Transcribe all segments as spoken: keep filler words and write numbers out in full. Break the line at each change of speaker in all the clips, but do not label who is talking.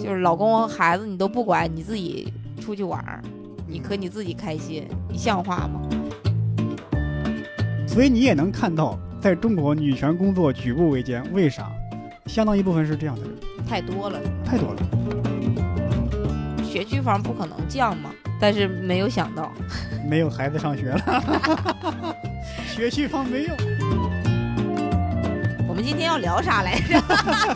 就是老公孩子你都不管，你自己出去玩，你可你自己开心，你像话吗？
所以你也能看到，在中国女权工作举步维艰，为啥？相当一部分是这样的人，
太多了，
太多了。
学区房不可能降嘛，但是没有想到，
没有孩子上学了，学区房没用。
我们今天要聊啥来着？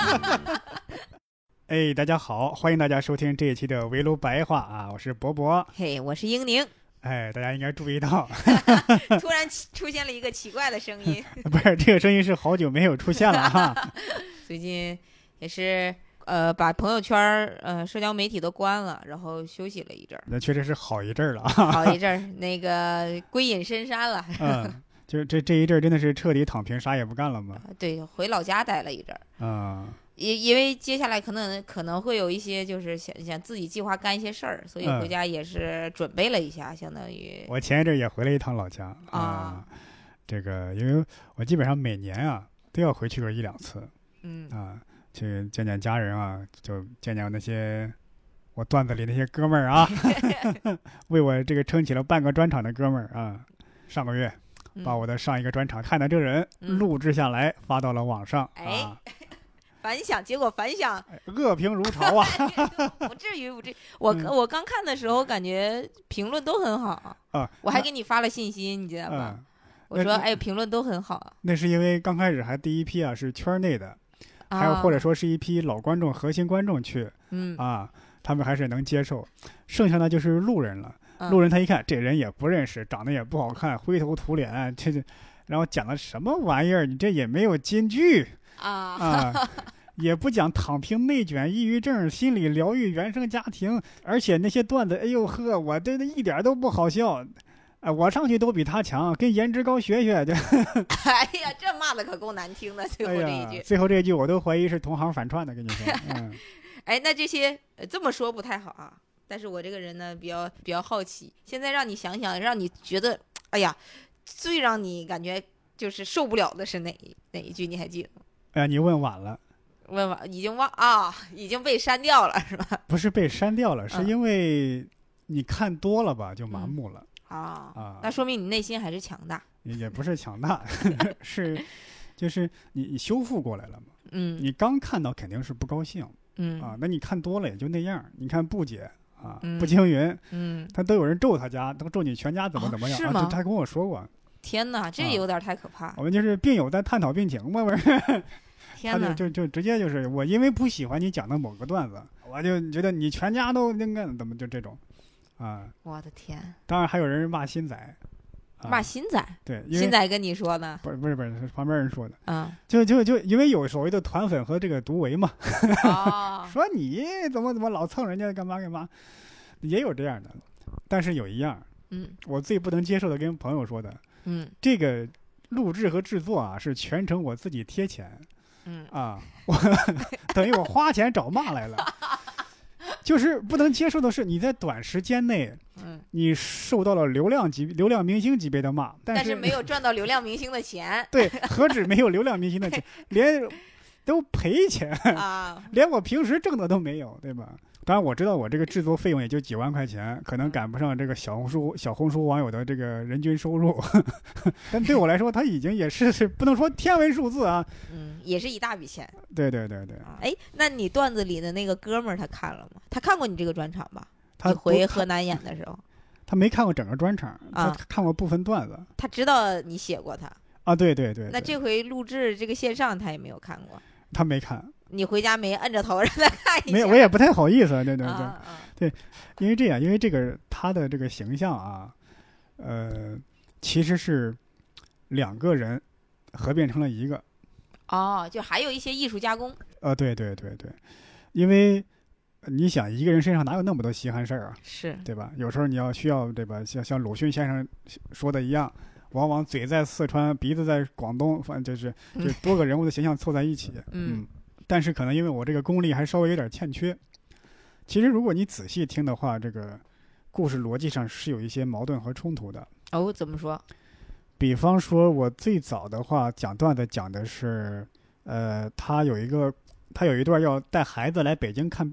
哎，大家好，欢迎大家收听这一期的围炉白话啊，我是博博。
嘿，我是英宁。
哎，大家应该注意到，
突然出现了一个奇怪的声音，
不是这个声音是好久没有出现了哈。
最近也是呃把朋友圈呃社交媒体都关了，然后休息了一阵儿。
那确实是好一阵儿了，
好一阵儿，那个归隐深山了。
嗯，就这这一阵儿真的是彻底躺平，啥也不干了嘛。
对，回老家待了一阵儿。
嗯。
因因为接下来可能可能会有一些就是想想自己计划干一些事儿，所以回家也是准备了一下，嗯、相当于
我前一阵也回了一趟老家啊、呃。这个因为我基本上每年啊都要回去个一两次，嗯啊，去见见家人啊，就见见那些我段子里那些哥们儿啊，为我这个撑起了半个专场的哥们儿啊。上个月把我的上一个专场《看的这人》录制下来，发到了网上、
嗯、
啊。
哎反响，结果反响
恶评如潮啊！
不至于，不至于。我、嗯、我刚看的时候，感觉评论都很好啊。我还给你发了信息，你知道吧？嗯、我说，哎，评论都很好。
那是因为刚开始还第一批啊是圈内的，啊、还有或者说是一批老观众、核心观众去，嗯啊，他们还是能接受。剩下的就是路人了，嗯、路人他一看这人也不认识，长得也不好看，灰头土脸，这这，然后讲的什么玩意儿？你这也没有金句。啊啊，也不讲躺平、内卷、抑郁症、心理疗愈、原生家庭，而且那些段子，哎呦呵，我这一点都不好笑，哎，我上去都比他强，跟颜值高学学就。
哎呀，这骂的可够难听的，最后这一句，
哎、最后这一句我都怀疑是同行反串的，跟你说。嗯、
哎，那这些这么说不太好啊，但是我这个人呢，比较比较好奇，现在让你想想，让你觉得，哎呀，最让你感觉就是受不了的是哪一哪一句？你还记得吗？
哎，你问晚了，
问晚已经忘啊、哦，已经被删掉了是吧？不
是被删掉了，是因为你看多了吧，就麻木了、
嗯、啊啊。那说明你内心还是强大。
也不是强大，是就是你你修复过来了嘛。
嗯。
你刚看到肯定是不高兴。
嗯
啊，那你看多了也就那样。你看布姐啊，
嗯、
步青云，
嗯，
他都有人咒他家，都咒你全家怎么怎么样、
哦、是吗？
啊、他跟我说过。
天哪，这有点太可怕、啊、
我们就是病友在探讨病情嘛，不是？
天哪，
他就就就直接就是我因为不喜欢你讲的某个段子，我就觉得你全家都应该怎么就这种，啊！
我的天！
当然还有人骂新仔，
啊、骂新仔，
对，
新仔跟你说的？
不是不是不是，是旁边人说的。
啊，
就就就因为有所谓的团粉和这个独唯嘛，
哦、
说你怎么怎么老蹭人家干嘛干嘛，也有这样的，但是有一样，
嗯，
我最不能接受的跟朋友说的。
嗯，
这个录制和制作啊是全程我自己贴钱，
嗯
啊，我等于我花钱找骂来了，就是不能接受的是你在短时间内，
嗯，
你受到了流量级、流量明星级别的骂，但是
但是没有赚到流量明星的钱，
对，何止没有流量明星的钱，连都赔钱
啊，
连我平时挣的都没有，对吧？当然我知道我这个制作费用也就几万块钱，可能赶不上这个小红书小红书网友的这个人均收入，但对我来说，它已经也是是不能说天文数字啊，
嗯，也是一大笔钱。
对对对对。
哎，那你段子里的那个哥们儿他看了吗？他看过你这个专场吧？
他
你回河南演的时候，
他没看过整个专场，
啊、
他看过部分段子。
他知道你写过他
啊？对对 对, 对。
那这回录制这个线上他也没有看过。
他没看。
你回家没摁着头让他看一下？
没有，我也不太好意思。对对对，
啊啊、
对，因为这样，因为这个他的这个形象啊，呃，其实是两个人合变成了一个。
哦，就还有一些艺术加工。
呃，对对对对，因为你想一个人身上哪有那么多稀罕事儿啊？
是，对
吧？有时候你要需要，对吧？像像鲁迅先生说的一样。往往嘴在四川，鼻子在广东，反正就是就多个人物的形象凑在一起。
嗯,
嗯，但是可能因为我这个功力还稍微有点欠缺。其实如果你仔细听的话，这个故事逻辑上是有一些矛盾和冲突的。
哦，怎么说？
比方说，我最早的话讲段子讲的是，呃，他有一个他有一段要带孩子来北京看病。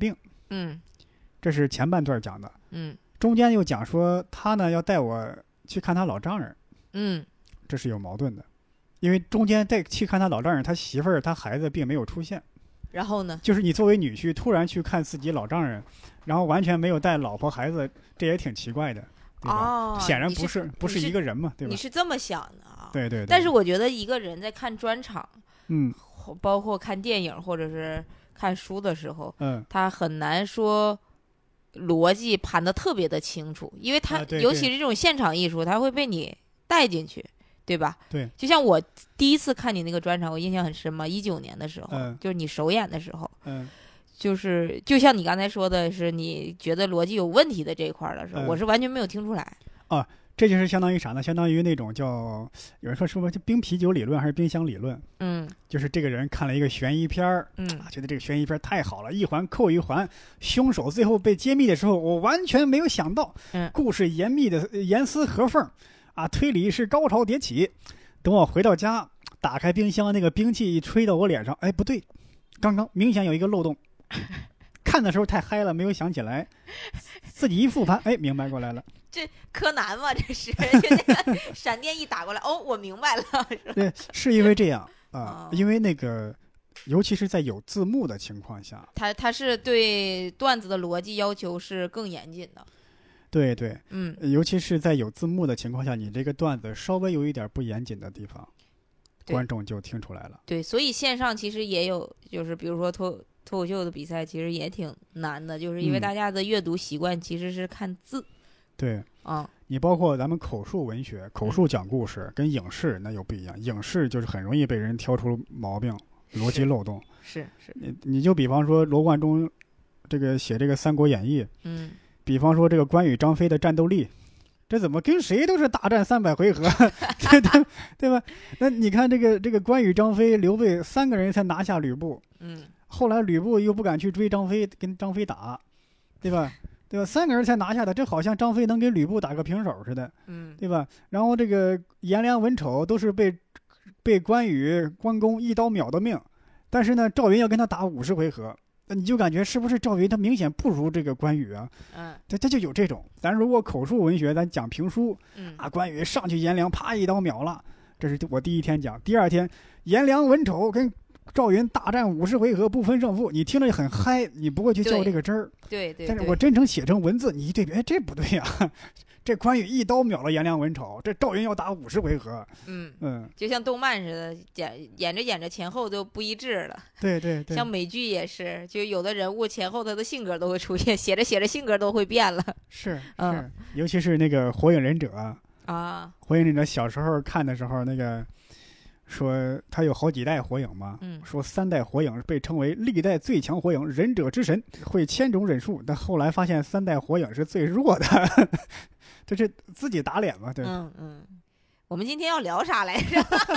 嗯，
这是前半段讲的。
嗯，
中间又讲说他呢要带我去看他老丈人。
嗯，
这是有矛盾的，因为中间带去看他老丈人，他媳妇儿他孩子并没有出现。
然后呢？
就是你作为女婿突然去看自己老丈人，然后完全没有带老婆孩子，这也挺奇怪的，对吧？
哦，
显然不
是
不是一个人嘛，对吧？
你是这么想的啊？
对对对。
但是我觉得一个人在看专场，
嗯，
包括看电影或者是看书的时候，
嗯，
他很难说逻辑盘得特别的清楚，因为他、
啊、对对
尤其是这种现场艺术，他会被你带进去。对吧？
对，
就像我第一次看你那个专场，我印象很深嘛。一九年的时候、
嗯，
就是你首演的时候，
嗯，
就是就像你刚才说的是，你觉得逻辑有问题的这一块的时候、嗯，我是完全没有听出来。
啊，这就是相当于啥呢？相当于那种叫有人说是不是冰啤酒理论还是冰箱理论？
嗯，
就是这个人看了一个悬疑片儿，
嗯，
啊，觉得这个悬疑片太好了，一环扣一环，凶手最后被揭秘的时候，我完全没有想到，
嗯，
故事严密的严丝合缝。啊，推理是高潮迭起。等我回到家，打开冰箱，那个冰气一吹到我脸上，哎，不对，刚刚明显有一个漏洞。看的时候太嗨了，没有想起来。自己一复盘，哎，明白过来了。
这柯南嘛，这是闪电一打过来，哦，我明白了。
对，是因为这样啊、呃，因为那个，尤其是在有字幕的情况下，
他他是对段子的逻辑要求是更严谨的。
对对，
嗯，
尤其是在有字幕的情况下，你这个段子稍微有一点不严谨的地方，观众就听出来了。
对，所以线上其实也有，就是比如说脱脱口秀的比赛，其实也挺难的，就是因为大家的阅读习惯其实是看字。
嗯、对，
啊，
你包括咱们口述文学、口述讲故事，跟影视那又不一样。影视就是很容易被人挑出毛病、逻辑漏洞。
是是，
你你就比方说罗贯中这个写这个《三国演义》，
嗯。
比方说这个关羽张飞的战斗力，这怎么跟谁都是大战三百回合，对对对吧？那你看这个这个关羽张飞刘备三个人才拿下吕布，
嗯，
后来吕布又不敢去追张飞，跟张飞打，对吧？对吧？三个人才拿下的，这好像张飞能跟吕布打个平手似的，
嗯，
对吧？然后这个颜良文丑都是被被关羽关公一刀秒的命，但是呢，赵云要跟他打五十回合。你就感觉是不是赵云他明显不如这个关羽啊？
嗯，
他他就有这种。咱如果口述文学，咱讲评书，
嗯
啊，关羽上去颜良啪一刀秒了，这是我第一天讲。第二天颜良文丑跟赵云大战五十回合不分胜负，你听着很嗨，你不会去较这个真儿。
对 对, 对。
但是我真正写成文字，你一对比，哎，这不对呀、啊。这关羽一刀秒了颜良文丑，这赵云要打五十回合。
嗯
嗯，
就像动漫似的，演演着演着前后都不一致了。
对对对。
像美剧也是，就有的人物前后他的性格都会出现，写着写着性格都会变了。
是是、
嗯，
尤其是那个《火影忍者》
啊，《
火影忍者》小时候看的时候，那个说他有好几代火影嘛，
嗯，
说三代火影被称为历代最强火影，忍者之神，会千种忍术，但后来发现三代火影是最弱的。这是自己打脸嘛？对。
嗯嗯，我们今天要聊啥来着？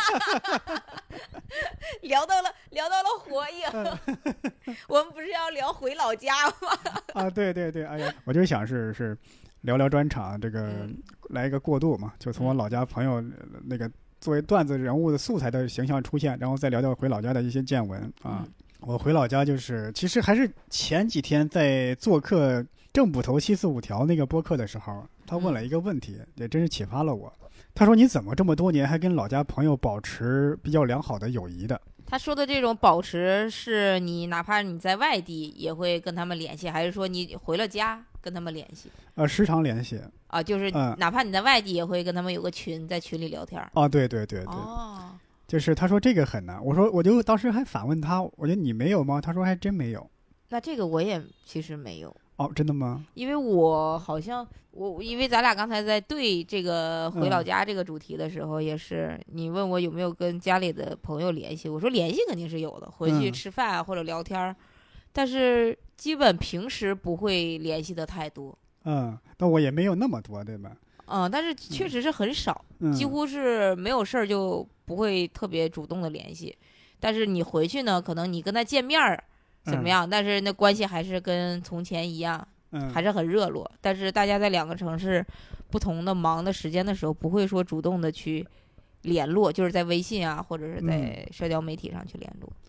聊到了聊到了火影，我们不是要聊回老家吗？
啊，对对对，哎呀，我就想是是聊聊专场，这个、嗯、来一个过渡嘛，就从我老家朋友那个作为段子人物的素材的形象出现，然后再聊聊回老家的一些见闻啊。嗯、我回老家就是，其实还是前几天在做客郑捕头七四五条那个播客的时候，他问了一个问题，也真是启发了我。他说：“你怎么这么多年还跟老家朋友保持比较良好的友谊的？”
他说的这种保持，是你哪怕你在外地也会跟他们联系，还是说你回了家跟他们联系？
呃，时常联系
啊，就是哪怕你在外地也会跟他们有个群，在群里聊天。
啊，对对对对。
哦，
就是他说这个很难，我说我就当时还反问他，我觉得你没有吗？他说还真没有。
那这个我也其实没有。
哦，真的吗？
因为我好像我，因为咱俩刚才在对这个回老家这个主题的时候，嗯、也是你问我有没有跟家里的朋友联系，我说联系肯定是有的，回去吃饭啊或者聊天、嗯，但是基本平时不会联系的太多。
嗯，那我也没有那么多，对吧？
嗯，但是确实是很少，
嗯、
几乎是没有事儿就不会特别主动的联系。但是你回去呢，可能你跟他见面儿。怎么样、嗯？但是那关系还是跟从前一样，
嗯，
还是很热络。但是大家在两个城市不同的忙的时间的时候，不会说主动的去联络，就是在微信啊，或者是在社交媒体上去联络。
嗯、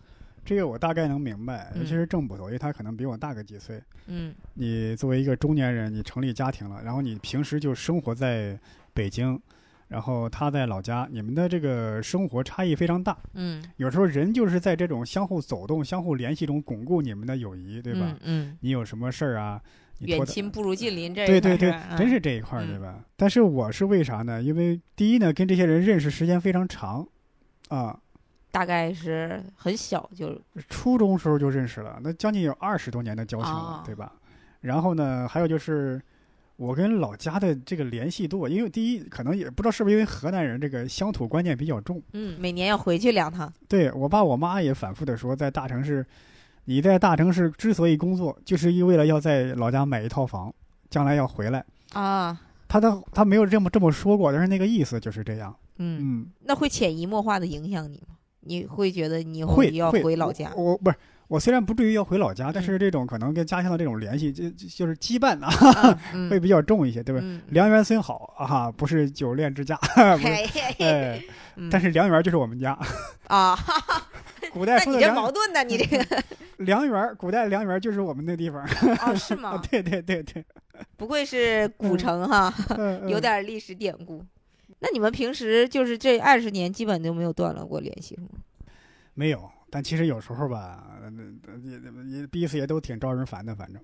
这个我大概能明白，尤其是郑捕头，因为他可能比我大个几岁。
嗯，
你作为一个中年人，你成立家庭了，然后你平时就生活在北京，然后他在老家，你们的这个生活差异非常大。
嗯，
有时候人就是在这种相互走动、相互联系中巩固你们的友谊，对吧？
嗯，嗯
你有什么事儿啊？
远亲不如近邻，这
对对对，
嗯、
真是这一块儿，对吧？嗯、但是我是为啥呢？因为第一呢，跟这些人认识时间非常长，啊。
大概是很小就
初中时候就认识了，那将近有二十多年的交情了，哦、对吧？然后呢，还有就是我跟老家的这个联系度，因为第一可能也不知道是不是因为河南人这个乡土观念比较重，
嗯，每年要回去两趟。
对，我爸我妈也反复的说，在大城市，你在大城市之所以工作，就是为了要在老家买一套房，将来要回来
啊。
他的他没有这么这么说过，但是那个意思就是这样。
嗯
嗯，
那会潜移默化的影响你吗？你会觉得你以后要回老家？
我, 我不是，我虽然不至于要回老家，嗯、但是这种可能跟家乡的这种联系，就就是羁绊啊，啊嗯、会比较重一些，对吧？嗯、良缘虽好啊，不是久恋之家，不是，哎，嗯、但是良缘就是我们家
啊。
古代说的
那你这矛盾呢？你这个
良缘，古代良缘就是我们那地方
哦，是吗？
对对对对，
不愧是古城哈，
嗯、
有点历史典故。那你们平时就是这二十年基本都没有断了过联系，是吗？
没有，但其实有时候吧，也也彼此也都挺招人烦的，反正。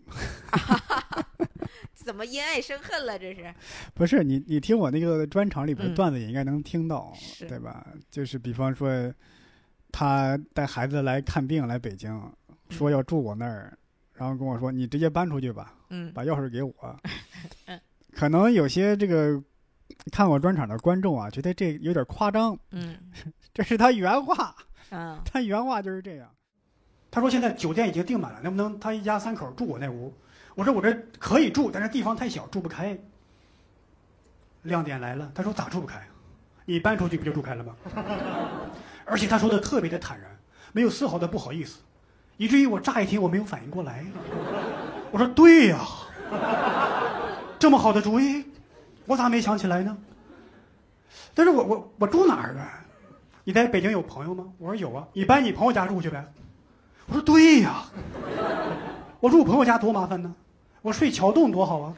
怎么因爱生恨了？这是？
不是你，你听我那个专场里边段子也应该能听到，
嗯、
对吧？就是比方说，他带孩子来看病来北京，说要住我那儿，然后跟我说：“你直接搬出去吧，
嗯，
把钥匙给我。”嗯，可能有些这个。看我专场的观众啊，觉得这有点夸张。
嗯，
这是他原话
啊，
他原话就是这样。他说现在酒店已经订满了，能不能他一家三口住我那屋？我说我这可以住，但是地方太小，住不开。亮点来了，他说咋住不开？你搬出去不就住开了吗？而且他说的特别的坦然，没有丝毫的不好意思，以至于我乍一听我没有反应过来。我说对呀，这么好的主意。我咋没想起来呢？但是我我我住哪儿啊？你在北京有朋友吗？我说有啊。你搬你朋友家住去呗。我说对呀，我住朋友家多麻烦呢，我睡桥洞多好啊。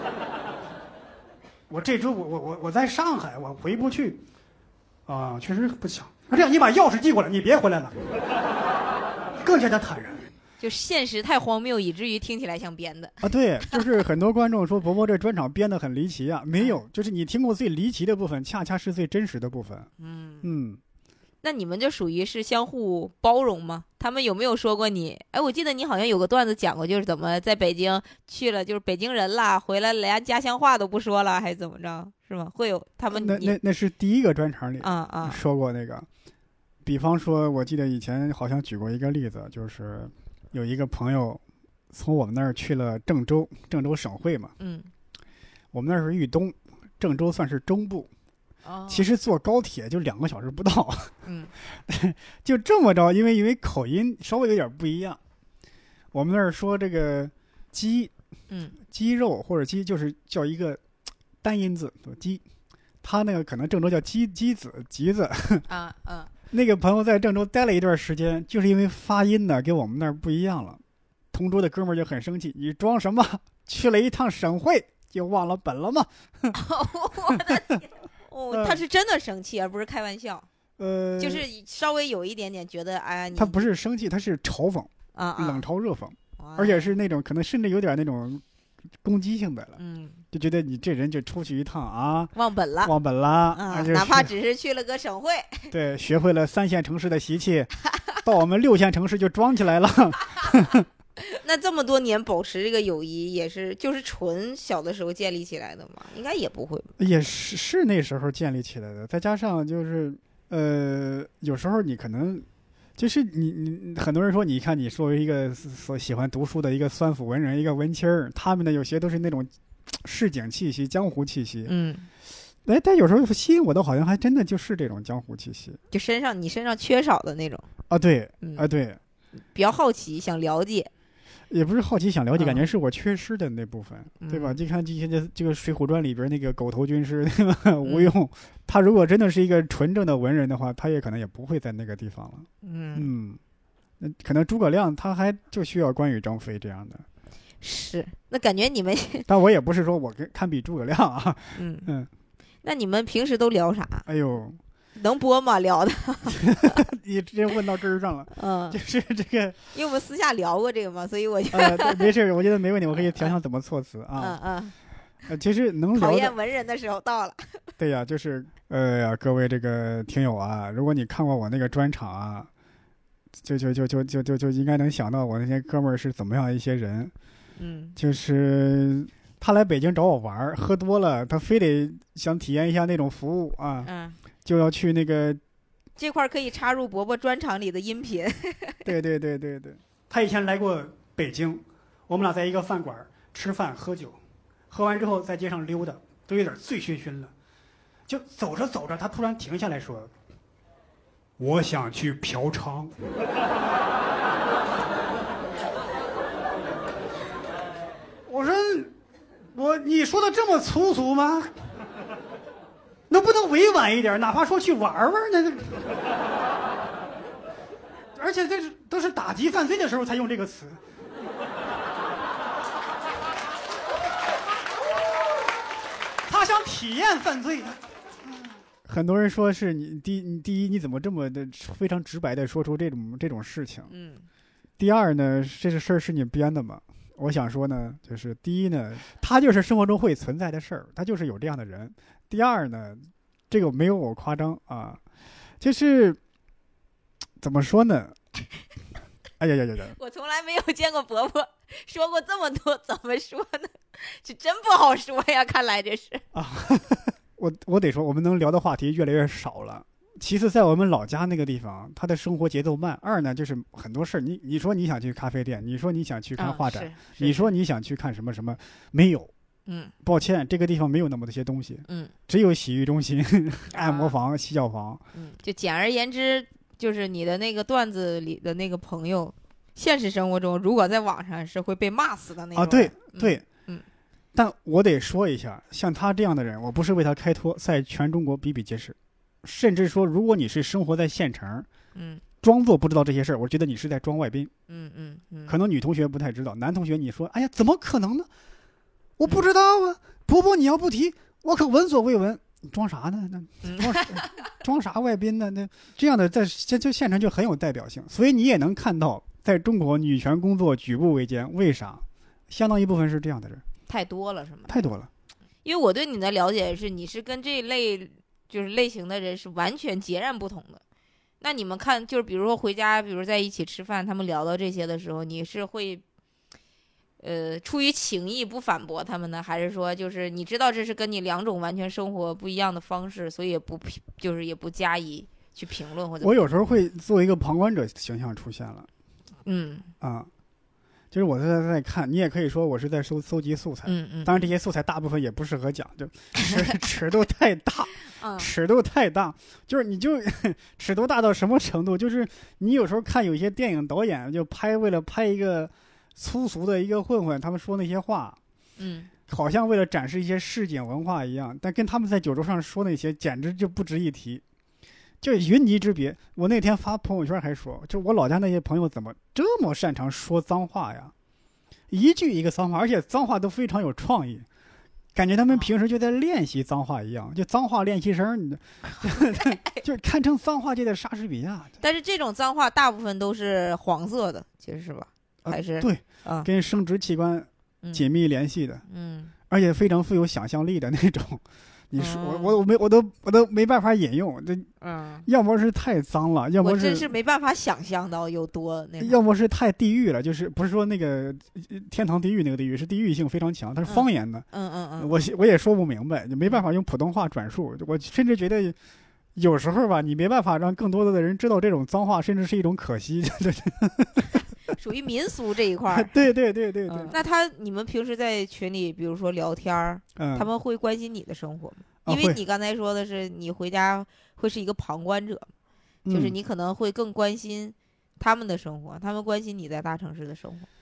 我这周我我我我在上海，我回不去，啊，确实不巧。那这样，你把钥匙寄过来，你别回来了，更加的坦然。
就现实太荒谬，以至于听起来像编的
啊！对，就是很多观众说伯伯这专场编得很离奇啊，没有，就是你听过最离奇的部分，恰恰是最真实的部分。
嗯
嗯，
那你们这属于是相互包容吗？他们有没有说过你？哎，我记得你好像有个段子讲过，就是怎么在北京去了，就是北京人啦，回来连家乡话都不说了，还是怎么着？是吗？会有他们
那那那是第一个专场里
啊啊
说过那个，比方说，我记得以前好像举过一个例子，就是。有一个朋友从我们那儿去了郑州，郑州省会嘛，
嗯，
我们那儿是豫东，郑州算是中部，
哦，
其实坐高铁就两个小时不到，
嗯，
就这么着，因为因为口音稍微有点不一样，我们那儿说这个鸡，
嗯，
鸡肉或者鸡就是叫一个单音字，鸡，他那个可能郑州叫鸡鸡子吉子，
啊嗯。
那个朋友在郑州待了一段时间，就是因为发音呢跟我们那儿不一样了，同桌的哥们儿就很生气，你装什么？去了一趟省会就忘了本了吗？
我的天！哦，他是真的生气，而不是开玩笑。
呃，
就是稍微有一点点觉得，哎呀，
他不是生气，他是嘲讽
啊，
冷嘲热讽，而且是那种可能甚至有点那种攻击性的了。
嗯，
就觉得你这人就出去一趟啊，
忘本了，
忘本了
啊！哪怕只是去了个省会，
对，学会了三线城市的习气，到我们六线城市就装起来了。
那这么多年保持这个友谊，也是就是纯小的时候建立起来的吗？应该也不会，
也是是那时候建立起来的，再加上就是呃，有时候你可能。就是你你很多人说，你看你作为一个所喜欢读书的一个酸腐文人，一个文青儿，他们呢有些都是那种市井气息、江湖气息。
嗯，
哎，但有时候吸引我的，好像还真的就是这种江湖气息，
就身上你身上缺少的那种。
啊，对，
嗯、
啊对，
比较好奇，想了解。
也不是好奇想了解，
嗯、
感觉是我缺失的那部分，
嗯、
对吧？你看这些这个《水浒传》里边那个狗头军师，对吧？吴用，嗯、他如果真的是一个纯正的文人的话，他也可能也不会在那个地方了。
嗯
嗯。 那可能诸葛亮他还就需要关羽、张飞这样的。
是，那感觉你们，
但我也不是说我跟堪比诸葛亮啊。嗯嗯，
那你们平时都聊啥？
哎呦，
能播吗？聊的？
你直接问到根儿上了。嗯，就是这个，
因为我们私下聊过这个嘛，所以我就、
呃、对没事，我觉得没问题，我可以想想怎么措辞啊。嗯嗯。呃，其实能聊。
考验文人的时候到了。
对呀，就是呃呀，各位这个听友啊，如果你看过我那个专场啊，就就就就就就就应该能想到我那些哥们儿是怎么样一些人。嗯，就是他来北京找我玩，喝多了，他非得想体验一下那种服务啊，嗯，就要去那个。
这块可以插入伯伯专场里的音频。
对对对对对，他以前来过北京，我们俩在一个饭馆吃饭喝酒。喝完之后在街上溜达，都有点醉醺醺了，就走着走着，他突然停下来说：“我想去嫖娼。”我说：“我你说的这么粗俗吗？能不能委婉一点？哪怕说去玩玩呢？而且这是都是打击犯罪的时候才用这个词。”他想体验犯罪。很多人说是你第你第一你怎么这么的非常直白的说出这种这种事情？嗯。第二呢，这个事儿是你编的吗？我想说呢，就是第一呢，他就是生活中会存在的事儿，他就是有这样的人。第二呢，这个没有我夸张啊，就是怎么说呢？哎呀呀呀呀！
我从来没有见过伯伯说过这么多，怎么说呢？这真不好说呀，看来这是啊。
我我得说，我们能聊的话题越来越少了。其次，在我们老家那个地方，他的生活节奏慢。二呢，就是很多事儿，你你说你想去咖啡店，你说你想去看画展，
啊、
你说你想去看什么什么，没有。
嗯，
抱歉，这个地方没有那么多些东西。嗯，只有洗浴中心、按摩房、洗脚房。
嗯，就简而言之，就是你的那个段子里的那个朋友，现实生活中如果在网上是会被骂死的那种。
啊，对对。
嗯。嗯，
但我得说一下，像他这样的人，我不是为他开脱，在全中国比比皆是。甚至说，如果你是生活在县城，嗯，装作不知道这些事儿，我觉得你是在装外宾。
嗯嗯嗯。
可能女同学不太知道，男同学你说，哎呀，怎么可能呢？我不知道啊，婆婆你要不提，我可闻所未闻。你装啥呢？那装啥装啥外宾呢？那这样的在这就县城就很有代表性，所以你也能看到，在中国女权工作举步维艰。为啥？相当一部分是这样的人。
太多了是吗？
太多了。
因为我对你的了解是，你是跟这一类就是类型的人是完全截然不同的。那你们看，就是比如说回家，比如在一起吃饭，他们聊到这些的时候，你是会，呃，出于情谊不反驳他们呢，还是说就是你知道这是跟你两种完全生活不一样的方式，所以也不就是也不加以去评论或者？
我有时候会做一个旁观者形象出现了。
嗯
啊。就是我在在看，你也可以说我是在搜搜集素材，
嗯嗯。
当然这些素材大部分也不适合讲，就尺尺度太大，
嗯、
尺度太大，就是你就尺度大到什么程度？就是你有时候看有一些电影导演就拍为了拍一个粗俗的一个混混，他们说那些话，
嗯，
好像为了展示一些市井文化一样，但跟他们在酒桌上说那些简直就不值一提。就云泥之别。我那天发朋友圈还说，就我老家那些朋友怎么这么擅长说脏话呀？一句一个脏话，而且脏话都非常有创意，感觉他们平时就在练习脏话一样，就脏话练习生，就堪称脏话界的莎士比亚。
但是这种脏话大部分都是黄色的，其实是吧？还是、
呃、对、
啊，
跟生殖器官紧密联系的，
嗯，
而且非常富有想象力的那种。你说我我我没我都我都没办法引用，这
嗯，
要么是太脏了，要么是
我真是没办法想象到有多那，
要么是太地狱了，就是不是说那个天堂地狱那个地狱，是地域性非常强，它是方言的，
嗯嗯嗯，
我我也说不明白，就没办法用普通话转述，我甚至觉得有时候吧，你没办法让更多的人知道这种脏话，甚至是一种可惜。
属于民俗这一块儿，
对对对对对、
嗯。那他你们平时在群里，比如说聊天儿、嗯，他们会关心你的生活吗？
啊、
因为你刚才说的是你回家会是一个旁观者，就是你可能会更关心他们的生活，嗯、他们关心你在大城市的生活。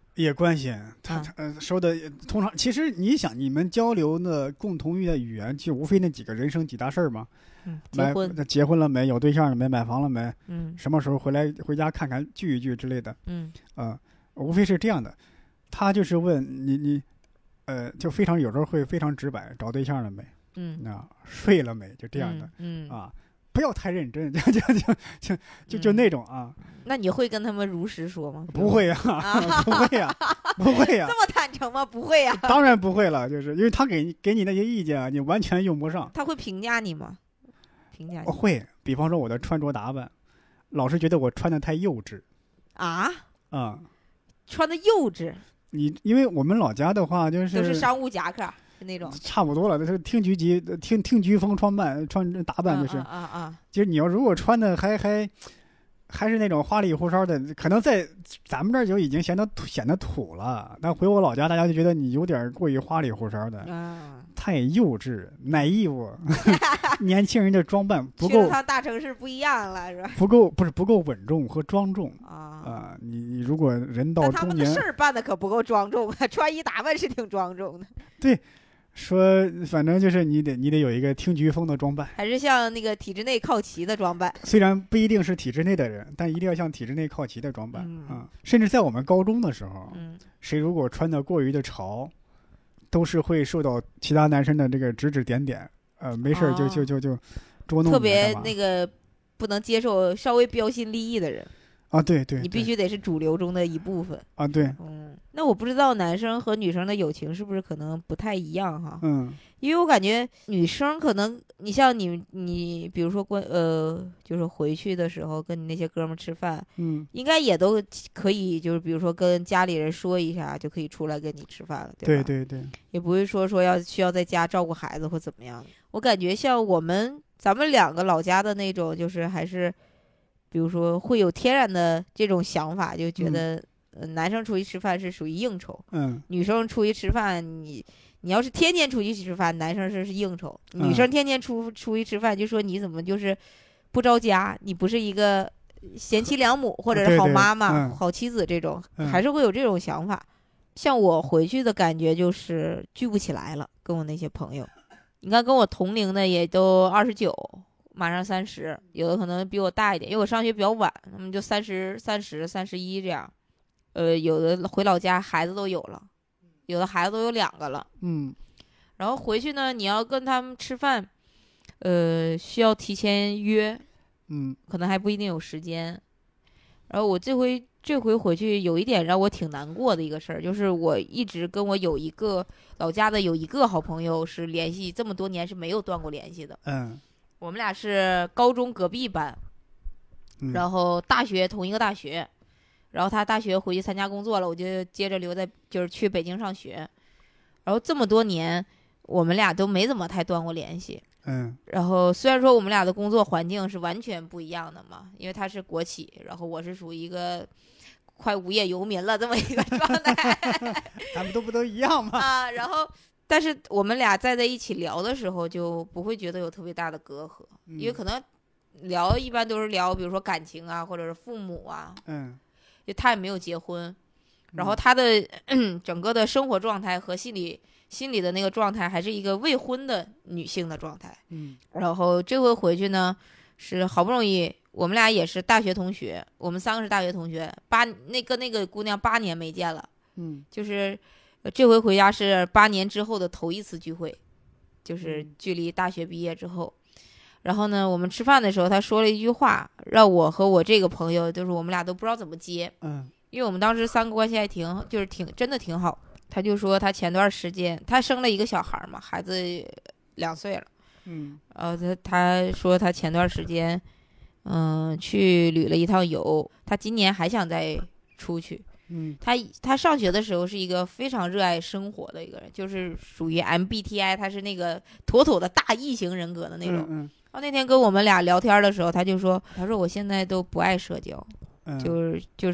也关系，他他、呃、说的通常，其实你想，你们交流的共同的语言，就无非那几个人生几大事儿嘛。
嗯，结婚，
结婚了没？有对象了没？买房了没？
嗯，
什么时候回来回家看看聚一聚之类的。
嗯，
啊、呃，无非是这样的。他就是问你你，呃，就非常有时候会非常直白，找对象了没？
嗯，
啊，睡了没？就这样的。
嗯，嗯
啊。不要太认真，就就就就就就那种啊、嗯。
那你会跟他们如实说吗？
不会呀、啊，不会呀、啊，不会呀、啊。
这么坦诚吗？不会呀、啊。
当然不会了，就是因为他给给你那些意见，你完全用不上。
他会评价你吗？评价你？
我会，比方说我的穿着打扮，老是觉得我穿的太幼稚。
啊？
啊、嗯，
穿的幼稚。
你因为我们老家的话，就是
都是商务夹克。那种
差不多了，这是听局级、听听局风穿扮、穿打扮，就是
啊啊啊！
就是你要如果穿的还还还是那种花里胡哨的，可能在咱们这儿就已经显得显得土了。但回我老家，大家就觉得你有点过于花里胡哨的，
啊、
太幼稚、奶义务，年轻人的装扮不够。
去了趟大城市不一样了，是吧？
不够，不是不够稳重和庄重
啊、
呃、你你如果人到中年，
但他们的事儿办的可不够庄重，穿衣打扮是挺庄重的。
对。说反正就是你得你得有一个听局风的装扮，
还是像那个体制内靠齐的装扮。
虽然不一定是体制内的人，但一定要像体制内靠齐的装扮。
嗯
啊，甚至在我们高中的时候，
嗯，
谁如果穿得过于的潮，都是会受到其他男生的这个指指点点。呃，没事就、哦、就就就捉弄你。
特别那个不能接受稍微标新立异的人。
啊，对 对, 对，
你必须得是主流中的一部分
啊，对，
嗯，那我不知道男生和女生的友情是不是可能不太一样哈，
嗯，
因为我感觉女生可能，你像你你比如说关呃，就是回去的时候跟你那些哥们吃饭，
嗯，
应该也都可以，就是比如说跟家里人说一下就可以出来跟你吃饭了，对吧？
对对对，
也不会说说要需要在家照顾孩子或怎么样。我感觉像我们咱们两个老家的那种，就是还是。比如说会有天然的这种想法，就觉得、嗯呃、男生出去吃饭是属于应酬，
嗯，
女生出去吃饭，你你要是天天出去吃饭，男生是是应酬，
嗯、
女生天天出出去吃饭，就说你怎么就是不着家，你不是一个贤妻良母或者是好妈妈、
对对嗯、
好妻子这种、
嗯，
还是会有这种想法。像我回去的感觉就是聚不起来了，跟我那些朋友，你看跟我同龄的也都二十九。马上三十，有的可能比我大一点，因为我上学比较晚，他们就三十三十三十一这样。呃，有的回老家孩子都有了，有的孩子都有两个了。
嗯，
然后回去呢，你要跟他们吃饭，呃，需要提前约，
嗯，
可能还不一定有时间。然后我这回这回回去有一点让我挺难过的一个事儿，就是我一直跟我有一个老家的有一个好朋友是联系，这么多年是没有断过联系的。
嗯。
我们俩是高中隔壁班、
嗯，
然后大学同一个大学，然后他大学回去参加工作了，我就接着留在，就是去北京上学。然后这么多年，我们俩都没怎么太断过联系。
嗯。
然后虽然说我们俩的工作环境是完全不一样的嘛，因为他是国企，然后我是属于一个快无业游民了这么一个状态。
咱们都不都一样吗？
啊，然后。但是我们俩在在一起聊的时候，就不会觉得有特别大的隔阂，
嗯、
因为可能聊一般都是聊，比如说感情啊，或者是父母啊。
嗯。
就他也没有结婚，然后他的、嗯、整个的生活状态和心理心理的那个状态，还是一个未婚的女性的状态。
嗯。
然后这回回去呢，是好不容易，我们俩也是大学同学，我们三个是大学同学，八那个那个姑娘八年没见了。
嗯。
就是。这回回家是八年之后的头一次聚会，就是距离大学毕业之后。然后呢，我们吃饭的时候，他说了一句话，让我和我这个朋友，就是我们俩都不知道怎么接。
嗯，
因为我们当时三个关系还挺，就是挺真的挺好。他就说他前段时间他生了一个小孩嘛，孩子两岁了。
嗯，
呃，他他说他前段时间，嗯、呃，去旅了一趟游，他今年还想再出去。
嗯，
他他上学的时候是一个非常热爱生活的一个人，就是属于 M B T I， 他是那个妥妥的大异型人格的那种。
嗯嗯。
然后那天跟我们俩聊天的时候，他就说，他说我现在都不爱社交，
嗯、
就是就是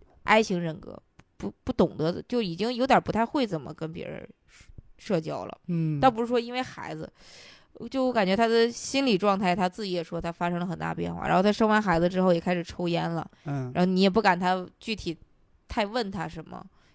I 型人格，不不懂得，就已经有点不太会怎么跟别人社交了。
嗯，
倒不是说因为孩子，就我感觉他的心理状态，他自己也说他发生了很大变化。然后他生完孩子之后也开始抽烟了，
嗯，
然后你也不敢他具体。太问他什么，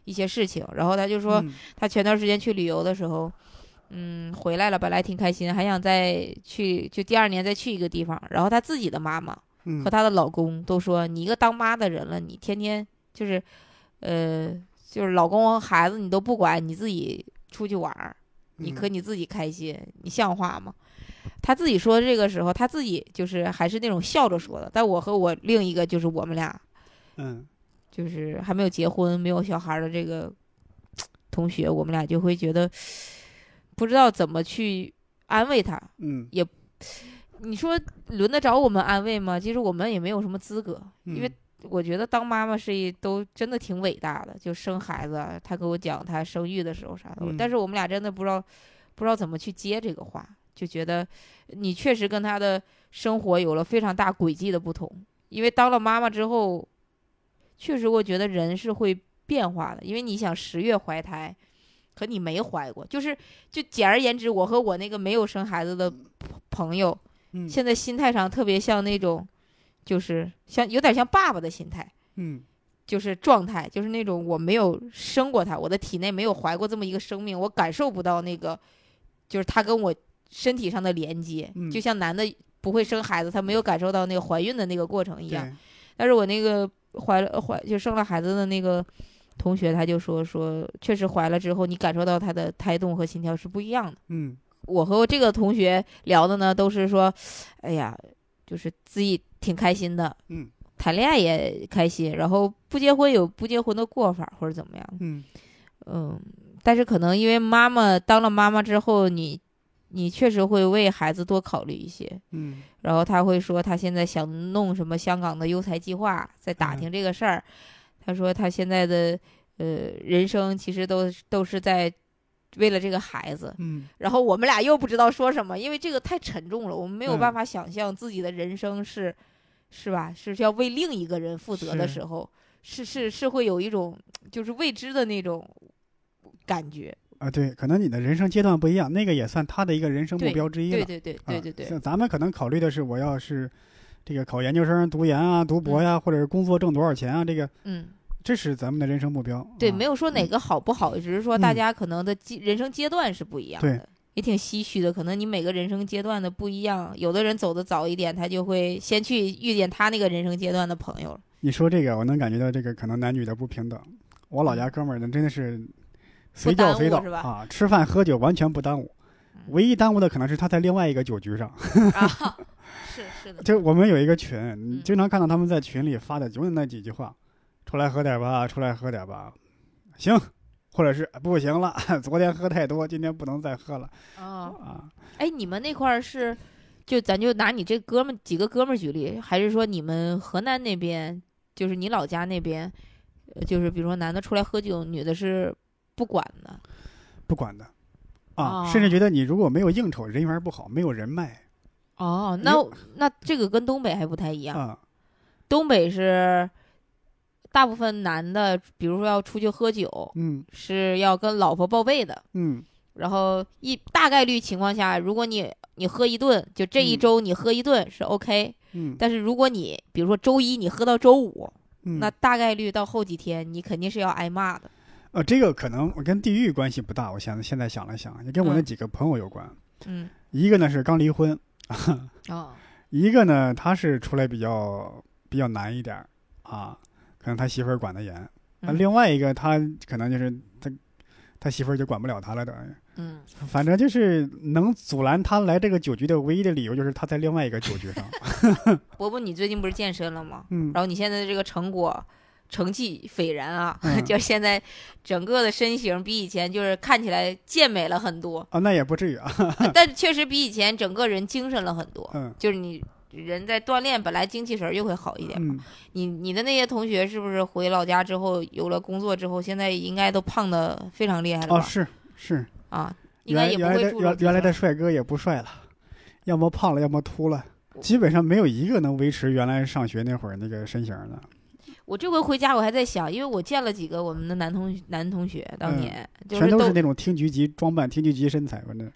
一些事情，然后他就说，他前段时间去旅游的时候，嗯，回来了，本来挺开心，还想再去，就第二年再去一个地方。然后他自己的妈妈和她的老公都说，你一个当妈的人了，你天天就是，呃，就是老公和孩子你都不管，你自己出去玩儿，你可你自己开心，你像话吗？他自己说这个时候，他自己就是还是那种笑着说的。但我和我另一个就是我们俩，
嗯。
就是还没有结婚、没有小孩的这个同学，我们俩就会觉得不知道怎么去安慰他。
嗯，
也你说轮得着我们安慰吗？其实我们也没有什么资格，因为我觉得当妈妈是一都真的挺伟大的。就生孩子，他跟我讲他生育的时候啥的，
嗯、
但是我们俩真的不知道不知道怎么去接这个话，就觉得你确实跟他的生活有了非常大轨迹的不同。因为当了妈妈之后，确实我觉得人是会变化的，因为你想十月怀胎和你没怀过，就是就简而言之，我和我那个没有生孩子的朋友、嗯、现在心态上特别像那种就是像有点像爸爸的心态，
嗯，
就是状态，就是那种我没有生过他，我的体内没有怀过这么一个生命，我感受不到那个就是他跟我身体上的连接、嗯、就像男的不会生孩子，他没有感受到那个怀孕的那个过程一样。但是我那个怀了怀就生了孩子的那个同学，他就说说确实怀了之后，你感受到他的胎动和心跳是不一样的。
嗯，
我和这个同学聊的呢，都是说，哎呀，就是自己挺开心的，
嗯，
谈恋爱也开心，然后不结婚有不结婚的过法或者怎么样，
嗯
嗯，但是可能因为妈妈当了妈妈之后，你。你确实会为孩子多考虑一些，
嗯，
然后他会说他现在想弄什么香港的优才计划，在打听这个事儿。嗯、他说他现在的呃人生其实都都是在为了这个孩子，
嗯，
然后我们俩又不知道说什么，因为这个太沉重了，我们没有办法想象自己的人生是、嗯、是吧？是要为另一个人负责的时候，是是是会有一种就是未知的那种感觉。
啊，对，可能你的人生阶段不一样，那个也算他的一个人生目标之一了。
对对对对对对对。
像、啊、咱们可能考虑的是，我要是这个考研究生、读研啊、读博呀、啊嗯，或者是工作挣多少钱啊，这个，
嗯，
这是咱们的人生目标。
对，
啊、
没有说哪个好不好，嗯、只是说大家可能的人生阶段是不一样的。
对，
也挺唏嘘的，可能你每个人生阶段的不一样，有的人走得早一点，他就会先去遇见他那个人生阶段的朋友了。
你说这个，我能感觉到这个可能男女的不平等。我老家哥们儿呢，真的是。随叫随到啊，吃饭喝酒完全不耽误，嗯、唯一耽误的可能是他在另外一个酒局上。
啊、是是的，
就我们有一个群，嗯、经常看到他们在群里发的就那几句话：出来喝点吧，出来喝点吧，行，或者是不行了，昨天喝太多，今天不能再喝了。
哦、
啊，
哎，你们那块儿是，就咱就拿你这哥们几个哥们儿举例，还是说你们河南那边，就是你老家那边，就是比如说男的出来喝酒，女的是？不管的，
不管的，啊、哦，甚至觉得你如果没有应酬，人缘不好，没有人脉。
哦，那那这个跟东北还不太一样。
啊、
东北是大部分男的，比如说要出去喝酒，
嗯，
是要跟老婆报备的，
嗯，
然后一大概率情况下，如果你你喝一顿，就这一周你喝一顿是 OK，
嗯，
但是如果你比如说周一你喝到周五，
嗯，
那大概率到后几天你肯定是要挨骂的。
呃，这个可能跟地域关系不大，我想现在想了想，也跟我那几个朋友有关。
嗯，
一个呢是刚离婚，
哦，
一个呢他是出来比较比较难一点啊，可能他媳妇儿管得严。啊、
嗯，
另外一个他可能就是他他媳妇儿就管不了他了，等于。
嗯，
反正就是能阻拦他来这个酒局的唯一的理由就是他在另外一个酒局上。
伯伯，你最近不是健身了吗？
嗯，
然后你现在的这个成果。成绩斐然啊、
嗯！
就现在整个的身形比以前就是看起来健美了很多
啊，那也不至于啊，
但确实比以前整个人精神了很多。
嗯，
就是你人在锻炼，本来精气神又会好一点嘛。
嗯、
你你的那些同学是不是回老家之后有了工作之后，现在应该都胖的非常厉害了吧？
哦，是是
啊，应该也不会注
原原来的帅哥也不帅了，要么胖了，要么秃了，基本上没有一个能维持原来上学那会儿那个身形的。
我这回回家我还在想，因为我见了几个我们的男同男同学，当年、
嗯、
就是
全都是那种厅局级装扮、厅局级身材，反正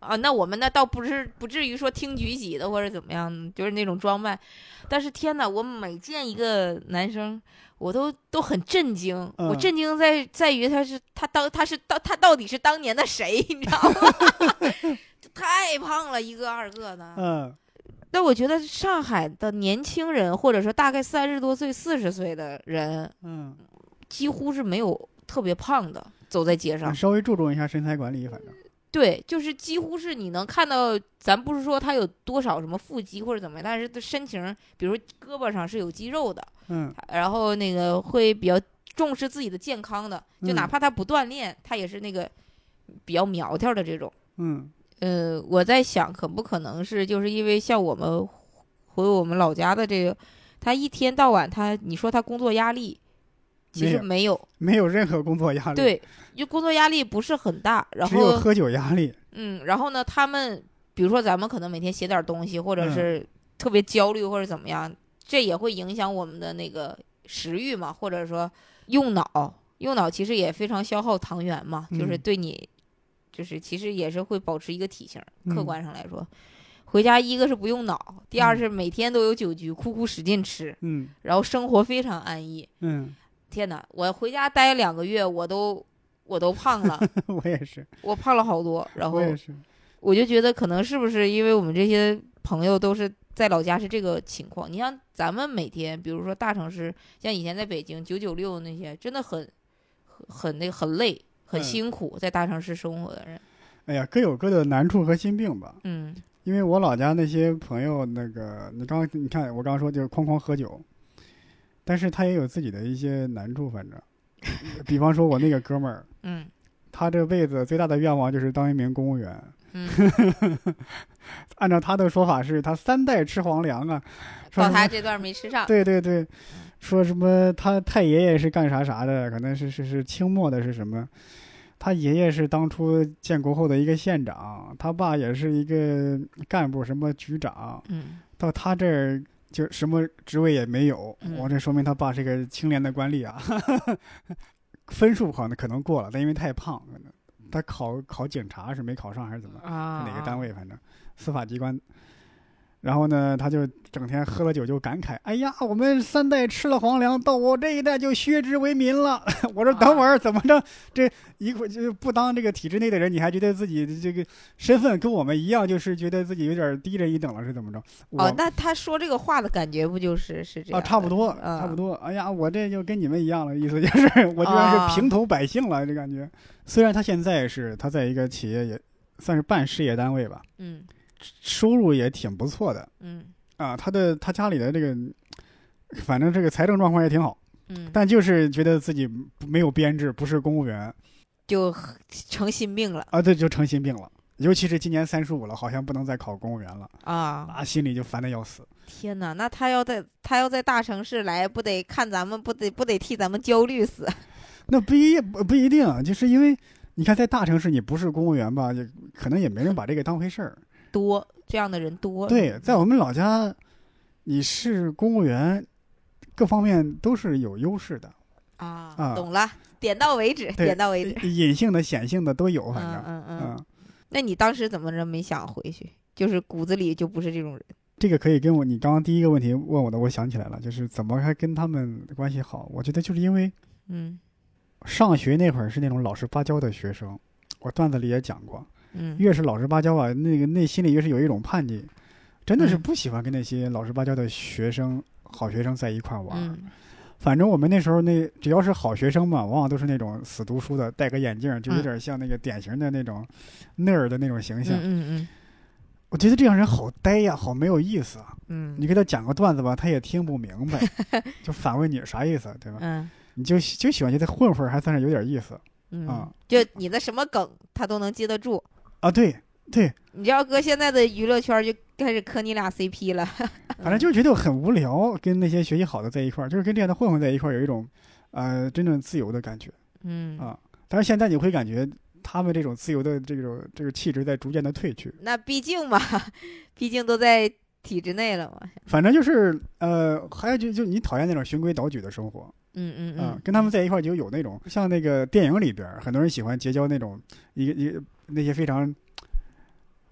啊，那我们那倒不是不至于说听举起的或者怎么样，就是那种装扮。但是天哪，我每见一个男生，我都都很震惊。
嗯、
我震惊在在于他是他当他是到他到底是当年的谁，你知道吗？就太胖了，一个二个的。
嗯。
但我觉得上海的年轻人，或者说大概三十多岁、四十岁的人，
嗯，
几乎是没有特别胖的，走在街上。
稍微注重一下身材管理，反正。
对，就是几乎是你能看到，咱不是说他有多少什么腹肌或者怎么样，但是他身形，比如胳膊上是有肌肉的，
嗯，
然后那个会比较重视自己的健康的，就哪怕他不锻炼，嗯、他也是那个比较苗条的这种。
嗯，
呃，我在想，可不可能是就是因为像我们回我们老家的这个，他一天到晚他，你说他工作压力。其实没有，
没有任何工作压力。
对，就工作压力不是很大，然后
只有喝酒压力。
嗯，然后呢，他们比如说咱们可能每天写点东西，或者是特别焦虑或者怎么样，嗯、这也会影响我们的那个食欲嘛，或者说用脑，用脑其实也非常消耗糖原嘛，
嗯、
就是对你，就是其实也是会保持一个体型，
嗯、
客观上来说。回家一个是不用脑，第二是每天都有酒局，哭哭使劲吃，
嗯，
然后生活非常安逸，
嗯。
天哪！我回家待两个月，我都我都胖了。
我也是，
我胖了好多。然后
我也是，
我就觉得可能是不是因为我们这些朋友都是在老家是这个情况。你像咱们每天，比如说大城市，像以前在北京九九六那些，真的很很那个很累，很辛苦，嗯、在大城市生活的人。
哎呀，各有各的难处和心病吧。
嗯，
因为我老家那些朋友，那个你刚你看我刚刚说就是哐哐喝酒。但是他也有自己的一些难处，反正，比方说我那个哥们儿，
嗯，
他这辈子最大的愿望就是当一名公务员。
嗯，
按照他的说法是，他三代吃皇粮啊，
到他这段没吃上。
对对对，说什么他太爷爷是干啥啥的，可能是是是清末的是什么，他爷爷是当初建国后的一个县长，他爸也是一个干部，什么局长，
嗯，
到他这儿。就什么职位也没有，我、
嗯
哦、这说明他爸是个清廉的官吏啊。分数可能可能过了，但因为太胖，他考考警察是没考上还是怎么？
啊，
是哪个单位？反正司法机关。然后呢，他就整天喝了酒就感慨：“哎呀，我们三代吃了皇粮，到我这一代就削职为民了。”我说：“等会儿怎么着？这一会儿就不当这个体制内的人，你还觉得自己这个身份跟我们一样，就是觉得自己有点低人一等了，是怎么着？”
哦，那他说这个话的感觉不就是是这样？
啊，差不多，
嗯、
差不多。哎呀，我这就跟你们一样了，意思就是我居然是平头百姓了，这感觉。虽然他现在是他在一个企业也算是半事业单位吧，
嗯。
收入也挺不错的，
嗯
啊，他的他家里的这个，反正这个财政状况也挺好，
嗯，
但就是觉得自己没有编制，不是公务员，
就成心病了
啊，对，就成心病了。尤其是今年三十五了，好像不能再考公务员了
啊，
啊，心里就烦得要死。
天哪，那他要在他要在大城市来，不得看咱们，不得不得替咱们焦虑死？
那不一不不一定，就是因为你看在大城市，你不是公务员吧，也可能也没人把这个当回事儿。
多这样的人多，
对，在我们老家，你是公务员，各方面都是有优势的
啊。
啊，
懂了，点到为止，点到为止，
隐性的、显性的都有，反正，
嗯嗯
嗯。
那你当时怎么着没想回去？就是骨子里就不是这种人。
这个可以跟我你刚刚第一个问题问我的，我想起来了，就是怎么还跟他们关系好？我觉得就是因为，
嗯，
上学那会儿是那种老实巴交的学生，我段子里也讲过。
嗯，
越是老实巴交啊，那个内心里越是有一种叛逆，真的是不喜欢跟那些老实巴交的学生、嗯、好学生在一块玩。
嗯，
反正我们那时候那只要是好学生嘛，往往都是那种死读书的，戴个眼镜，就有点像那个典型的那种 nerd 的那种形象。
嗯 嗯, 嗯，
我觉得这样人好呆呀，好没有意思啊。
嗯，
你给他讲个段子吧，他也听不明白，就反问你啥意思，对吧？
嗯，
你就就喜欢觉得混混还算是有点意思。
嗯
啊，
就你的什么梗他都能接得住。
啊，对对，
你知道搁现在的娱乐圈就开始磕你俩 C P 了，
反正就是觉得很无聊，跟那些学习好的在一块儿，就是跟这样的混混在一块儿，有一种呃真正自由的感觉。
嗯
啊，但是现在你会感觉他们这种自由的这种这个气质在逐渐的褪去。
那毕竟嘛，毕竟都在体制内了嘛。
反正就是呃，还有就就你讨厌那种循规蹈矩的生活。
嗯嗯嗯、
呃，跟他们在一块儿就有那种像那个电影里边，很多人喜欢结交那种一个一个那些非常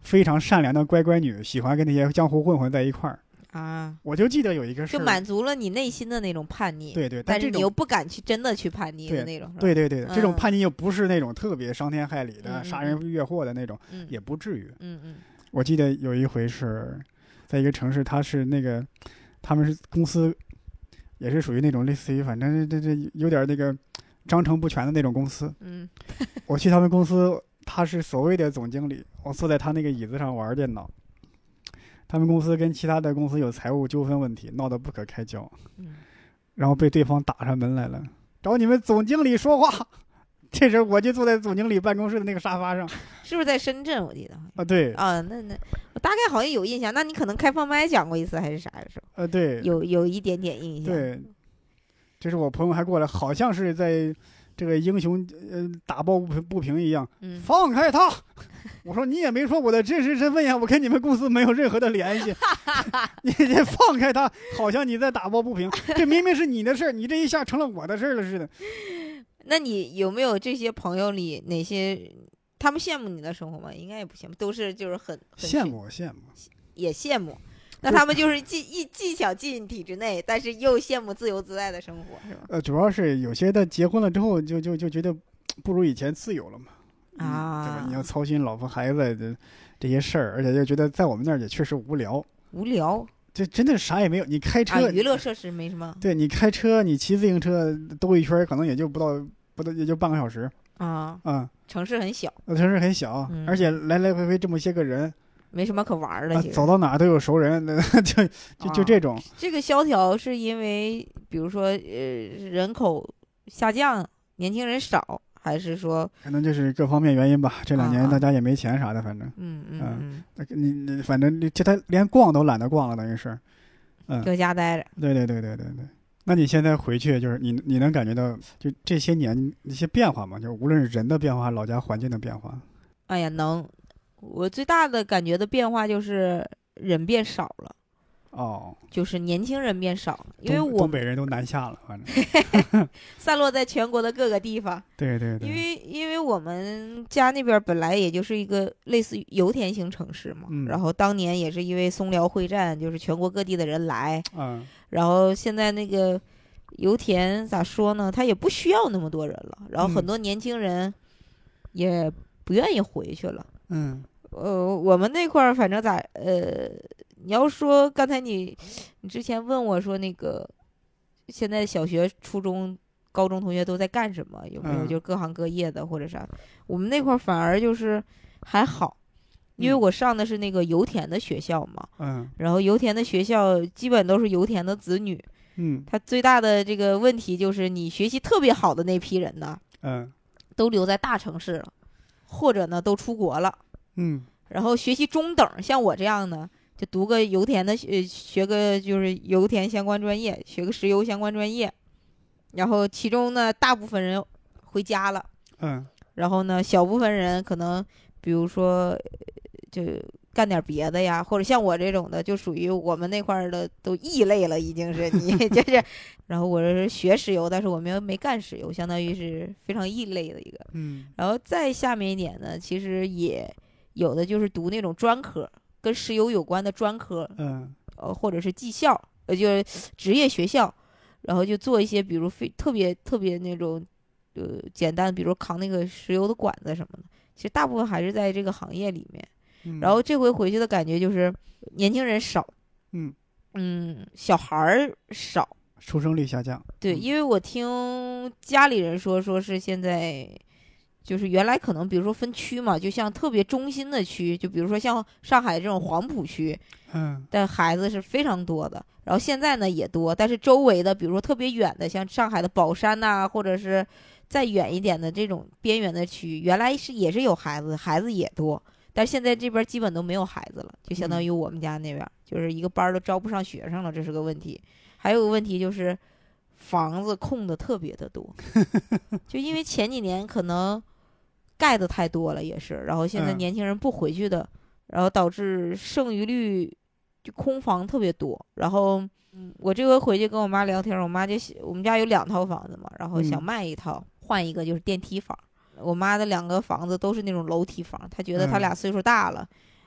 非常善良的乖乖女，喜欢跟那些江湖混混在一块儿
啊。
我就记得有一个事，
就满足了你内心的那种叛逆。
对对，
但
是
你又不敢去真的去叛逆的那种。
对对对，
嗯、
这种叛逆又不是那种特别伤天害理的、
嗯、
杀人越货的那种、
嗯，
也不至于。
嗯嗯。
我记得有一回是在一个城市，他是那个他们是公司。也是属于那种类似于反正这这有点那个章程不全的那种公司。
嗯，
我去他们公司，他是所谓的总经理，我坐在他那个椅子上玩电脑。他们公司跟其他的公司有财务纠纷问题，闹得不可开交。
嗯，
然后被对方打上门来了，找你们总经理说话。这时候我就坐在总经理办公室的那个沙发上。
是不是在深圳？我记得
啊，对
啊，那那我大概好像有印象。那你可能开放麦讲过一次还是啥的时候？
呃，对，
有有一点点印象。
对，这是我朋友还过来，好像是在这个英雄呃打抱不不平一样。
嗯，
放开他！我说你也没说我的真实身份呀，我跟你们公司没有任何的联系。你得放开他，好像你在打抱不平。这明明是你的事儿，你这一下成了我的事儿了似的。
那你有没有这些朋友里哪些他们羡慕你的生活吗？应该也不羡慕，都是就是很, 很
羡慕羡慕
也羡慕。那他们就是既一既想进体制内，但是又羡慕自由自在的生活，是吧？
呃，主要是有些的结婚了之后就就就觉得不如以前自由了嘛。
啊、
嗯，对吧？你要操心老婆孩子的这些事儿，而且就觉得在我们那儿也确实无聊。
无聊。
这真的啥也没有，你开车，
啊、娱乐设施没什么。
对，你开车，你骑自行车兜一圈，可能也就不到不到也就半个小时。
啊，
嗯，
城市很小，
城市很小，
嗯、
而且来来回回这么些个人，
没什么可玩的。
啊、走到哪都有熟人，就就就这种、
啊。这个萧条是因为，比如说，呃，人口下降，年轻人少。还是说，
可能就是各方面原因吧。这两年大家也没钱啥的，反正，
嗯嗯
嗯，你你反正就他连逛都懒得逛了，等于是，嗯，
搁家待着。
对对对对对对。那你现在回去，就是你你能感觉到就这些年一些变化吗？就无论是人的变化，老家环境的变化。
哎呀，能。我最大的感觉的变化就是人变少了。
哦，
就是年轻人变少，因为我
东北人都南下了，反正
散落在全国的各个地方。
对对对，
因为因为我们家那边本来也就是一个类似于油田型城市嘛，
嗯、
然后当年也是因为松辽会战，就是全国各地的人来，
嗯，
然后现在那个油田咋说呢，他也不需要那么多人了，然后很多年轻人也不愿意回去了。
嗯，
呃，我们那块儿反正咋呃。你要说刚才你，你之前问我说那个，现在小学、初中、高中同学都在干什么？有没有就各行各业的或者啥？嗯、我们那块反而就是还好，因为我上的是那个油田的学校嘛。
嗯。
然后油田的学校基本都是油田的子女。
嗯。
他最大的这个问题就是你学习特别好的那批人呢，
嗯，
都留在大城市了，或者呢都出国了。
嗯。
然后学习中等，像我这样的。就读个油田的，呃，学个就是油田相关专业，学个石油相关专业，然后其中呢，大部分人回家了，
嗯，
然后呢，小部分人可能，比如说，就干点别的呀，或者像我这种的，就属于我们那块的都异类了，已经是你就是，然后我是学石油，但是我们没干石油，相当于是非常异类的一个，
嗯，
然后再下面一点呢，其实也有的就是读那种专科。跟石油有关的专科，
嗯，
呃，或者是技校，呃，就是职业学校，然后就做一些，比如非特别特别那种，呃，简单，比如扛那个石油的管子什么的。其实大部分还是在这个行业里面。
嗯、
然后这回回去的感觉就是年轻人少，
嗯
嗯，小孩儿少，
出生率下降。
对，
嗯、
因为我听家里人说，说是现在。就是原来可能比如说分区嘛，就像特别中心的区，就比如说像上海这种黄浦区，
嗯，
的孩子是非常多的。然后现在呢也多，但是周围的比如说特别远的，像上海的宝山呐、啊，或者是再远一点的这种边缘的区，原来是也是有孩子，孩子也多，但是现在这边基本都没有孩子了，就相当于我们家那边、嗯、就是一个班都招不上学生了，这是个问题。还有个问题就是房子空的特别的多，就因为前几年可能。盖的太多了也是，然后现在年轻人不回去的，嗯、然后导致剩余率就空房特别多。然后，嗯，我这回回去跟我妈聊天，我妈就我们家有两套房子嘛，然后想卖一套，嗯、换一个就是电梯房。我妈的两个房子都是那种楼梯房，她觉得她俩岁数大了，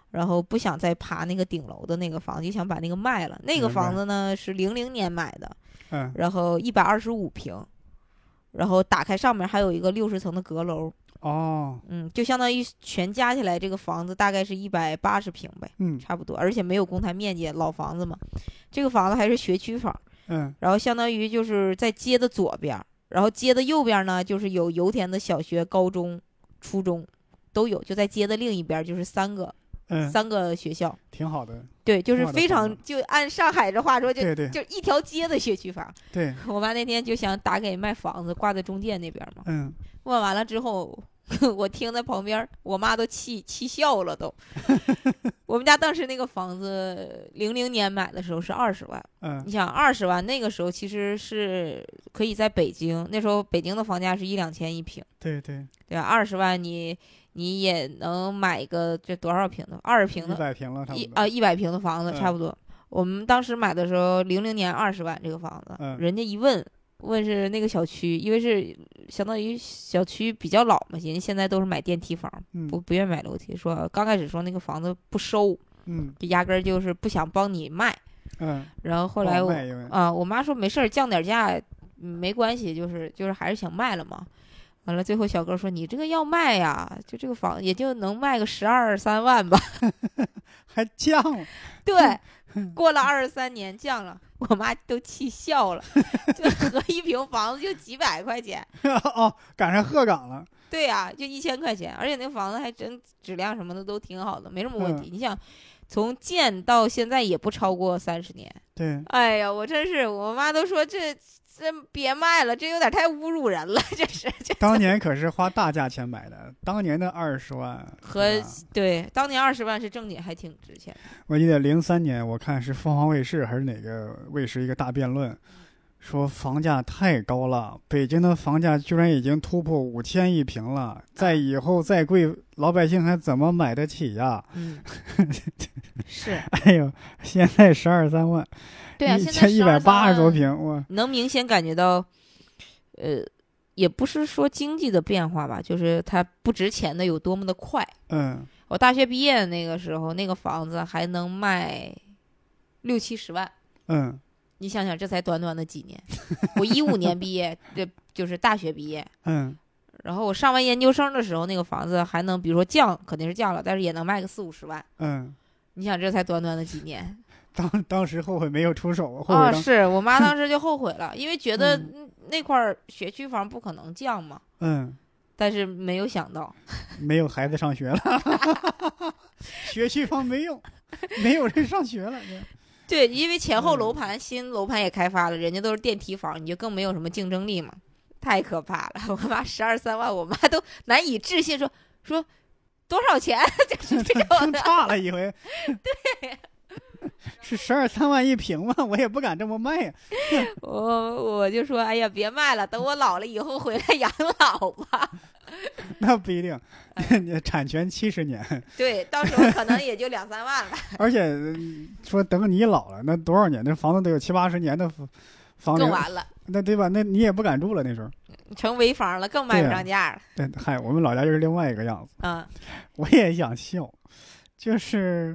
然后不想再爬那个顶楼的那个房子，就想把那个卖了。那个房子呢是零零年买的，
嗯，
然后一百二十五平，然后打开上面还有一个六十层的阁楼。
哦，
嗯，就相当于全加起来，这个房子大概是一百八十平呗，
嗯，
差不多，而且没有公摊面积，老房子嘛。这个房子还是学区房，
嗯，
然后相当于就是在街的左边，然后街的右边呢，就是有油田的小学、高中、初中都有，就在街的另一边，就是三个，
嗯，
三个学校，
挺好的。
对，就是非常，就按上海这话说，就
对对，
就一条街的学区房。
对，
我妈那天就想打给卖房子，挂在中介那边嘛，
嗯，
问完了之后。我听在旁边，我妈都气气笑了都。我们家当时那个房子，零零年买的时候是二十万。
嗯，
你想二十万那个时候其实是可以在北京，那时候北京的房价是一两千一平。
对对
对吧？二十万你你也能买个这多少平的？二十平的，
一百平了，差不多。
一啊一百平的房子差不多。嗯、我们当时买的时候，零零年二十万这个房子，
嗯、
人家一问。问是那个小区，因为是相当于小区比较老嘛，人家现在都是买电梯房，
嗯、
不不愿买楼梯。说刚开始说那个房子不收，
嗯，
就压根儿就是不想帮你卖，
嗯，
然后后来我啊，我妈说没事儿，降点价没关系，就是就是还是想卖了嘛。完了，最后小哥说你这个要卖呀，就这个房也就能卖个十二三万吧，
还降了，
对。过了二十三年降了，我妈都气笑了，就合一平房子就几百块钱。
哦，赶上鹤岗了。
对呀、啊，就一千块钱，而且那房子还真质量什么的都挺好的，没什么问题。嗯、你想，从建到现在也不超过三十年。
对。
哎呀，我真是，我妈都说这。这别卖了，这有点太侮辱人了，这是。这
当年可是花大价钱买的，当年的二十万
和对，当年二十万是正经，还挺值钱。
我记得零三年，我看是凤凰卫视还是哪个卫视一个大辩论，说房价太高了，北京的房价居然已经突破五千一平了，再以后再贵，老百姓还怎么买得起呀？
嗯，是。
哎呦，现在十二三万。
对啊，现在
一百八十多平，哇！
能明显感觉到，呃，也不是说经济的变化吧，就是它不值钱的有多么的快。
嗯，
我大学毕业的那个时候，那个房子还能卖六七十万。
嗯，
你想想，这才短短的几年。我一五年毕业，这就是大学毕业。
嗯，
然后我上完研究生的时候，那个房子还能，比如说降，肯定是降了，但是也能卖个四五十万。
嗯，
你想，这才短短的几年。
当当时后悔没有出手，后悔
啊！是我妈当时就后悔了，因为觉得那块学区房不可能降嘛。
嗯，
但是没有想到，
没有孩子上学了，学区房没用，没有人上学了。
对，因为前后楼盘、嗯、新楼盘也开发了，人家都是电梯房，你就更没有什么竞争力嘛，太可怕了。我妈十二三万，我妈都难以置信说，说说多少钱？就是这种的，
差了一回。
对。
是十二三万一平吗？我也不敢这么卖呀、
啊。我我就说，哎呀，别卖了，等我老了以后回来养老吧。
那不一定，产权七十年。
对，到时候可能也就两三万了。
而且说等你老了，那多少年？那房子都有七八十年的房
更完了。
那对吧？那你也不敢住了，那时候
成危房了，更卖不上价了。
对、啊，对，嗨，我们老家就是另外一个样子。
嗯，
我也想笑，就是。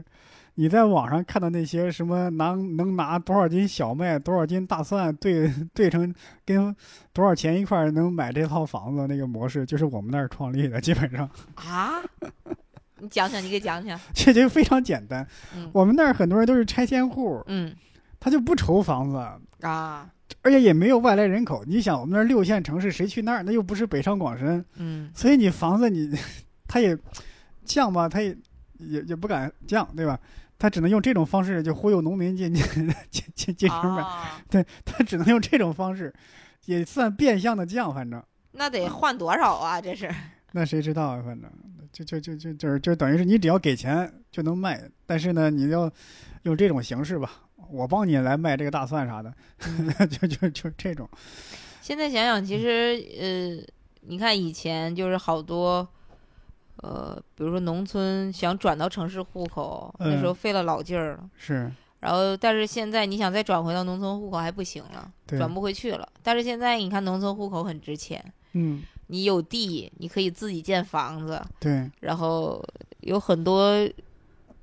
你在网上看到那些什么拿能拿多少斤小麦、多少斤大蒜兑兑成跟多少钱一块能买这套房子那个模式，就是我们那儿创立的，基本上
啊。你讲讲，你给讲讲。
这就非常简单、
嗯，
我们那儿很多人都是拆迁户，
嗯，
他就不愁房子
啊，
而且也没有外来人口。你想，我们那儿六线城市谁去那儿？那又不是北上广深，
嗯，
所以你房子你他也降吧，他也也也不敢降，对吧？他只能用这种方式就忽悠农民进进进进进城买，
啊、
对他只能用这种方式，也算变相的降，反正
那得换多少啊？这是
那谁知道啊？反正就就就就就就等于是你只要给钱就能卖，但是呢，你要用这种形式吧，我帮你来卖这个大蒜啥的，就就就这种。
现在想想，其实呃，你看以前就是好多。呃，比如说农村想转到城市户口，
嗯、
那时候费了老劲儿了。
是。
然后，但是现在你想再转回到农村户口还不行了，转不回去了。但是现在你看，农村户口很值钱。
嗯。
你有地，你可以自己建房子。
对。
然后有很多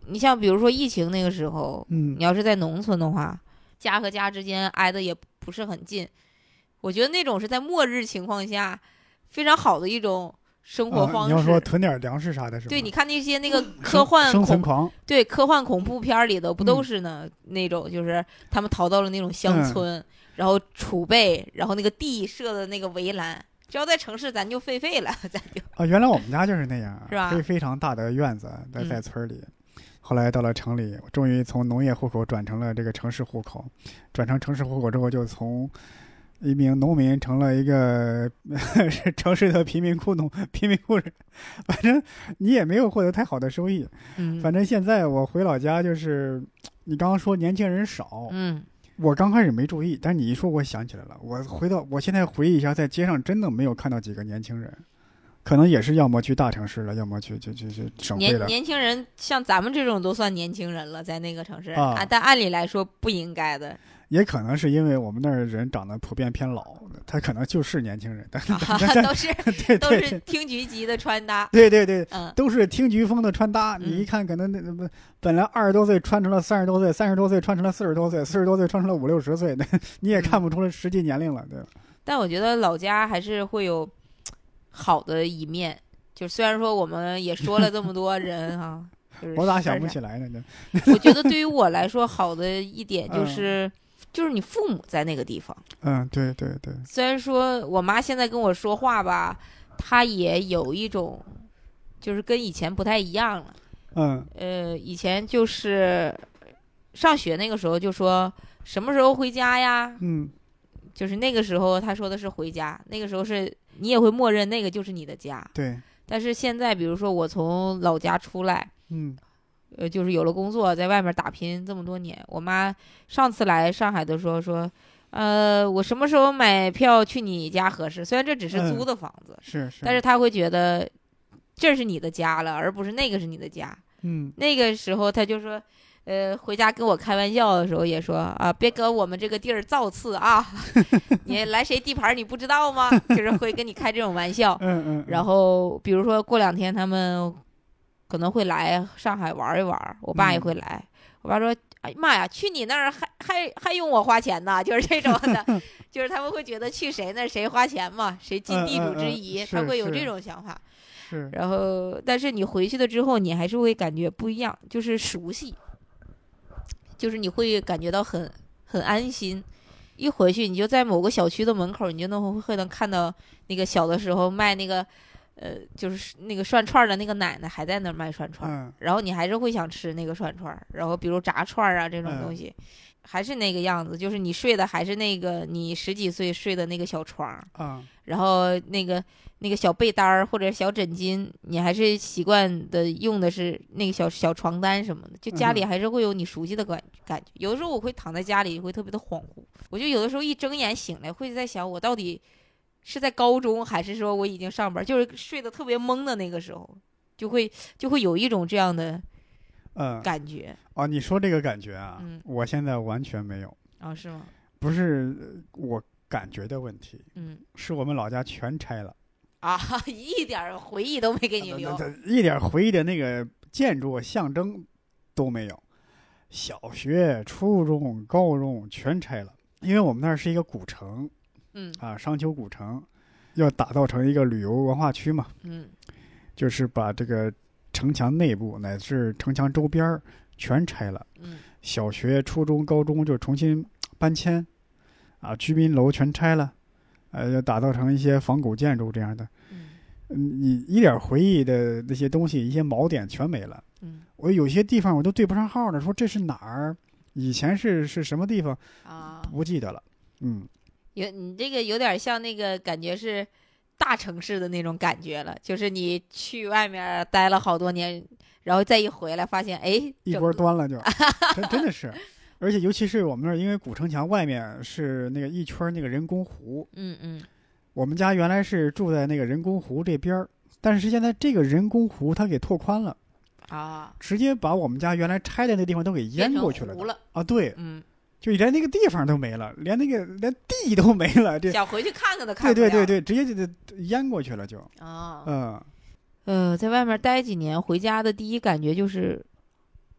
你像比如说疫情那个时候，
嗯，
你要是在农村的话，家和家之间挨得也不是很近，我觉得那种是在末日情况下非常好的一种生活方式。
啊、你要说囤点粮食啥的是吧？
对，你看那些那个科幻
生存狂，
对科幻恐怖片里头不都是呢、嗯？那种就是他们逃到了那种乡村，嗯、然后储备，然后那个地设的那个围栏。只要在城市，咱就废废了，咱就
啊，原来我们家就是那样，
是吧？
非非常大的院子在在村里、嗯，后来到了城里，终于从农业户口转成了这个城市户口，转成城市户口之后，就从一名农民成了一个是城市的贫民窟农贫民窟人，反正你也没有获得太好的收益。
嗯，
反正现在我回老家，就是你刚刚说年轻人少，
嗯。
我刚开始没注意，但是你一说，我想起来了。我回到，我现在回忆一下，在街上真的没有看到几个年轻人，可能也是要么去大城市了，要么去去去去省会了。
年年轻人像咱们这种都算年轻人了，在那个城市
啊，
但按理来说不应该的。
也可能是因为我们那儿人长得普遍偏老，他可能就是年轻人，但是、
啊、都是
对
都是厅局级的穿搭，
对对对，
嗯，
都是厅局风的穿搭。
嗯、
你一看，可能那不本来二十多岁穿成了三十多岁，三十多岁穿成了四十多岁，四十多岁穿成了五六十岁，你也看不出来实际年龄了，对吧？
但我觉得老家还是会有好的一面，就虽然说我们也说了这么多人啊，就是、
我咋想不起来呢？
我觉得对于我来说，好的一点就是。嗯就是你父母在那个地方，
嗯，对对对。
虽然说我妈现在跟我说话吧，她也有一种，就是跟以前不太一样了。
嗯。
呃，以前就是上学那个时候就说什么时候回家呀？
嗯。
就是那个时候她说的是回家，那个时候是你也会默认那个就是你的家。
对。
但是现在，比如说我从老家出来，
嗯。
呃，就是有了工作，在外面打拼这么多年。我妈上次来上海的时候说，呃，我什么时候买票去你家合适？虽然这只是租的房子，
嗯、是是，
但是她会觉得这是你的家了，而不是那个是你的家。
嗯，
那个时候她就说，呃，回家跟我开玩笑的时候也说啊，别搁我们这个地儿造次啊，你来谁地盘你不知道吗？就是会跟你开这种玩笑。
嗯嗯。
然后比如说过两天他们。可能会来上海玩一玩，我爸也会来。嗯、我爸说：“哎妈呀，去你那儿还还还用我花钱呢？”就是这种的，就是他们会觉得去谁那儿谁花钱嘛，谁尽地主之谊，
嗯嗯嗯、
他会有这种想法。
是。
然后，但是你回去了之后，你还是会感觉不一样，就是熟悉，就是你会感觉到很很安心。一回去，你就在某个小区的门口，你就能会能看到那个小的时候卖那个。呃，就是那个涮串的那个奶奶还在那儿卖涮串、嗯，然后你还是会想吃那个涮串，然后比如炸串啊这种东西、嗯，还是那个样子，就是你睡的还是那个你十几岁睡的那个小床，
嗯，
然后那个那个小被单或者小枕巾，你还是习惯的用的是那个小小床单什么的，就家里还是会有你熟悉的感感觉。有的时候我会躺在家里会特别的恍惚，我就有的时候一睁眼醒来会在想我到底。是在高中还是说我已经上班？就是睡得特别懵的那个时候，就会就会有一种这样的，
嗯，
感觉。
哦，你说这个感觉啊，
嗯，
我现在完全没有。
哦，是吗？
不是我感觉的问题，
嗯，
是我们老家全拆了。
啊，一点回忆都没给你留，
一点回忆的那个建筑象征都没有。小学、初中、高中全拆了，因为我们那儿是一个古城。
嗯
啊，商丘古城要打造成一个旅游文化区嘛，
嗯，
就是把这个城墙内部乃至城墙周边全拆了，
嗯，
小学、初中、高中就重新搬迁，啊，居民楼全拆了，呃，要打造成一些仿古建筑这样的，
嗯，
你一点回忆的那些东西，一些锚点全没了，
嗯，
我有些地方我都对不上号了，说这是哪儿，以前是是什么地方
啊，
不记得了，嗯。
有你这个有点像那个感觉是大城市的那种感觉了，就是你去外面待了好多年，然后再一回来发现，哎，
一锅端了就，真真的是，而且尤其是我们那儿，因为古城墙外面是那个一圈那个人工湖，
嗯嗯，
我们家原来是住在那个人工湖这边，但是现在这个人工湖它给拓宽了，
啊，
直接把我们家原来拆的那地方都给淹过去了，
了
啊，对，
嗯。
就连那个地方都没了，连那个连地都没了，这
想回去看看都看不
了。对对对对，直接就淹过去了就。
啊、
哦，
嗯，呃，在外面待几年，回家的第一感觉就是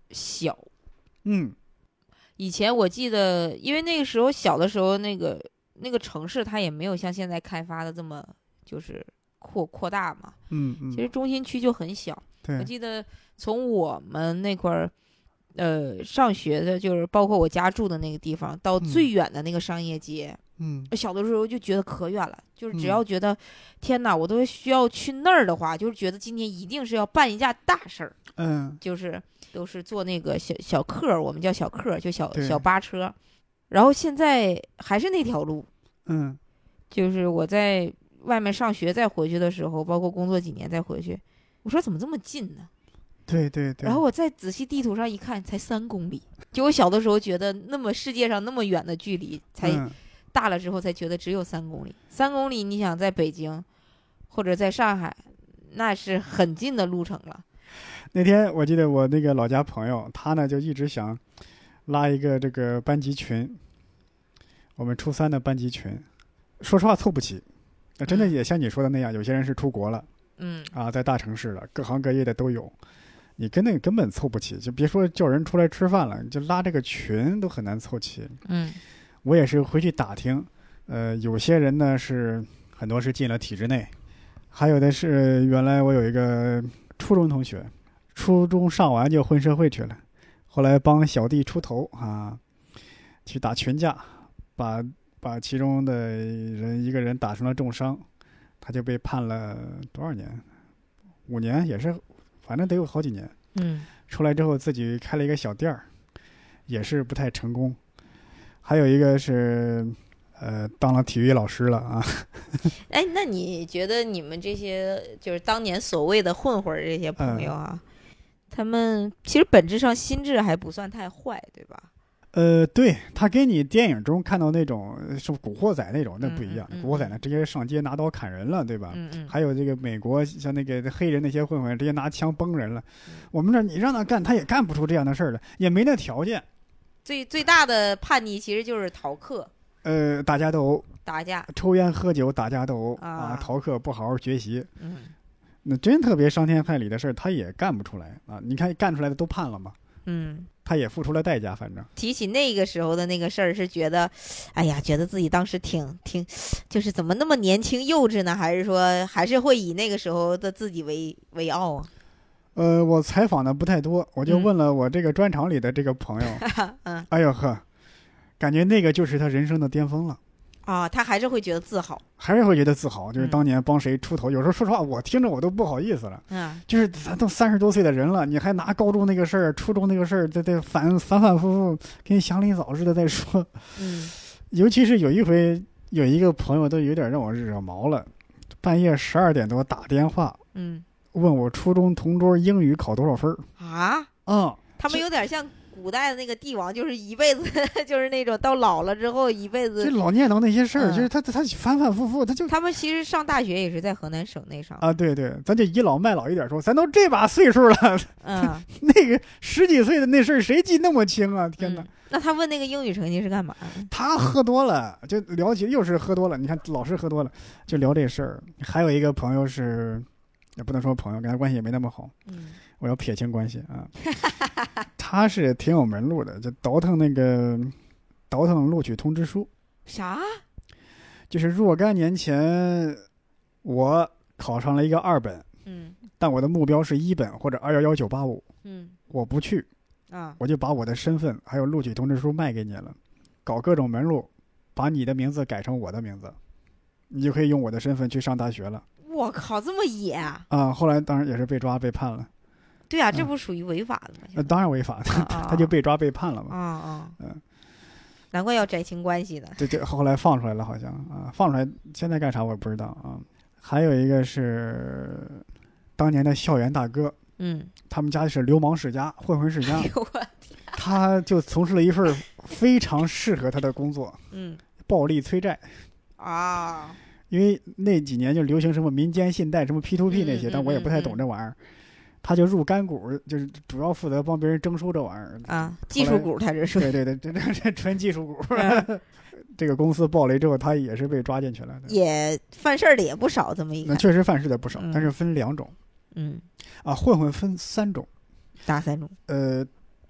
小。
嗯，
以前我记得，因为那个时候小的时候，那个那个城市它也没有像现在开发的这么就是扩扩大嘛。
嗯嗯。
其实中心区就很小。
对。
我记得从我们那块儿，呃，上学的，就是包括我家住的那个地方，到最远的那个商业街。
嗯。
小的时候就觉得可远了，就是只要觉得，嗯、天哪，我都需要去那儿的话，就是觉得今天一定是要办一件大事儿。
嗯。
就是都是坐那个小小客，我们叫小客，就小小巴车。然后现在还是那条路。
嗯。
就是我在外面上学再回去的时候，包括工作几年再回去，我说怎么这么近呢？
对对对。
然后我再仔细地图上一看，才三公里。就我小的时候觉得那么世界上那么远的距离，才大了之后才觉得只有三公里。三公里，你想在北京或者在上海，那是很近的路程了。
那天我记得我那个老家朋友，他呢就一直想拉一个这个班级群，我们初三的班级群，说实话凑不齐。那真的也像你说的那样，有些人是出国了，
嗯
啊，在大城市了，各行各业的都有，你跟那个根本凑不齐，就别说叫人出来吃饭了，就拉这个群都很难凑齐。
嗯，
我也是回去打听，呃，有些人呢是很多是进了体制内，还有的是原来我有一个初中同学，初中上完就混社会去了，后来帮小弟出头啊，去打群架，把把其中的人一个人打成了重伤，他就被判了多少年？五年也是，反正得有好几年。
嗯，
出来之后自己开了一个小店儿，也是不太成功。还有一个是，呃，当了体育老师了啊。
哎，那你觉得你们这些就是当年所谓的混混这些朋友啊，嗯、他们其实本质上心智还不算太坏，对吧？
呃，对，他跟你电影中看到那种是古惑仔那种那不一样，
嗯嗯、
古惑仔呢直接上街拿刀砍人了，对吧？
嗯嗯。
还有这个美国像那个黑人那些混混直接拿枪崩人了，嗯、我们这你让他干，他也干不出这样的事儿来，也没那条件。
最最大的叛逆其实就是逃课，
呃，打架斗殴，
打架，
抽烟喝酒，打架斗殴 啊, 啊，逃课不好好学习，
嗯，
那真特别伤天害理的事儿，他也干不出来啊！你看干出来的都判了嘛，
嗯。
他也付出了代价，反正
提起那个时候的那个事儿，是觉得，哎呀，觉得自己当时挺挺，就是怎么那么年轻幼稚呢？还是说，还是会以那个时候的自己为为傲啊？
呃，我采访的不太多，我就问了我这个专场里的这个朋友，
嗯，
哎呦呵，感觉那个就是他人生的巅峰了。
啊，他还是会觉得自豪，
还是会觉得自豪，就是当年帮谁出头。嗯、有时候说实话，我听着我都不好意思了。
嗯，
就是咱都三十多岁的人了，你还拿高中那个事儿、初中那个事儿，在在反反反复复跟祥林嫂似的在说。
嗯，
尤其是有一回，有一个朋友都有点让我惹毛了，半夜十二点多打电话，
嗯，
问我初中同桌英语考多少分
啊？
嗯，
他们有点像古代的那个帝王，就是一辈子，就是那种到老了之后一辈子
就老念叨那些事儿、嗯，就是他他反反复复，他就
他们其实上大学也是在河南省内上
啊，对对，咱就倚老卖老一点说，咱都这把岁数了，
嗯，
那个十几岁的那事儿谁记那么清啊？天哪！
嗯、那他问那个英语成绩是干嘛？
他喝多了，就聊起又是喝多了，你看老师喝多了就聊这事儿。还有一个朋友是，也不能说朋友，跟他关系也没那么好，
嗯，
我要撇清关系啊。他是挺有门路的，就倒腾那个倒腾录取通知书。
啥？
就是若干年前，我考上了一个二本，
嗯，
但我的目标是一本或者二幺幺九八五，
嗯，
我不去，
啊，
我就把我的身份还有录取通知书卖给你了，搞各种门路，把你的名字改成我的名字，你就可以用我的身份去上大学了。
我靠，这么野啊！
啊，后来当然也是被抓被判了。
对啊，这不属于违法的吗？
呃、当然违法，他、啊、他就被抓被判了嘛。
啊啊，
嗯，
难怪要摘清关系的。
对对，后来放出来了，好像啊，放出来现在干啥我也不知道啊。还有一个是当年的校园大哥，
嗯，
他们家是流氓世家、混混世家，
哎、
他就从事了一份非常适合他的工作，
嗯，
暴力催债
啊。
因为那几年就流行什么民间信贷、什么 P to P 那些，嗯、但我也不太懂这玩意儿。他就入干股，就是主要负责帮别人征收这玩意儿
啊，技术股，他这是
对对对，这这这纯技术股。嗯、这个公司爆雷之后，他也是被抓进去了，
也犯事儿的也不少，这么一看，
那确实犯事的不少，
嗯、
但是分两种。
嗯，
啊，混混分三种，
哪三种？
呃，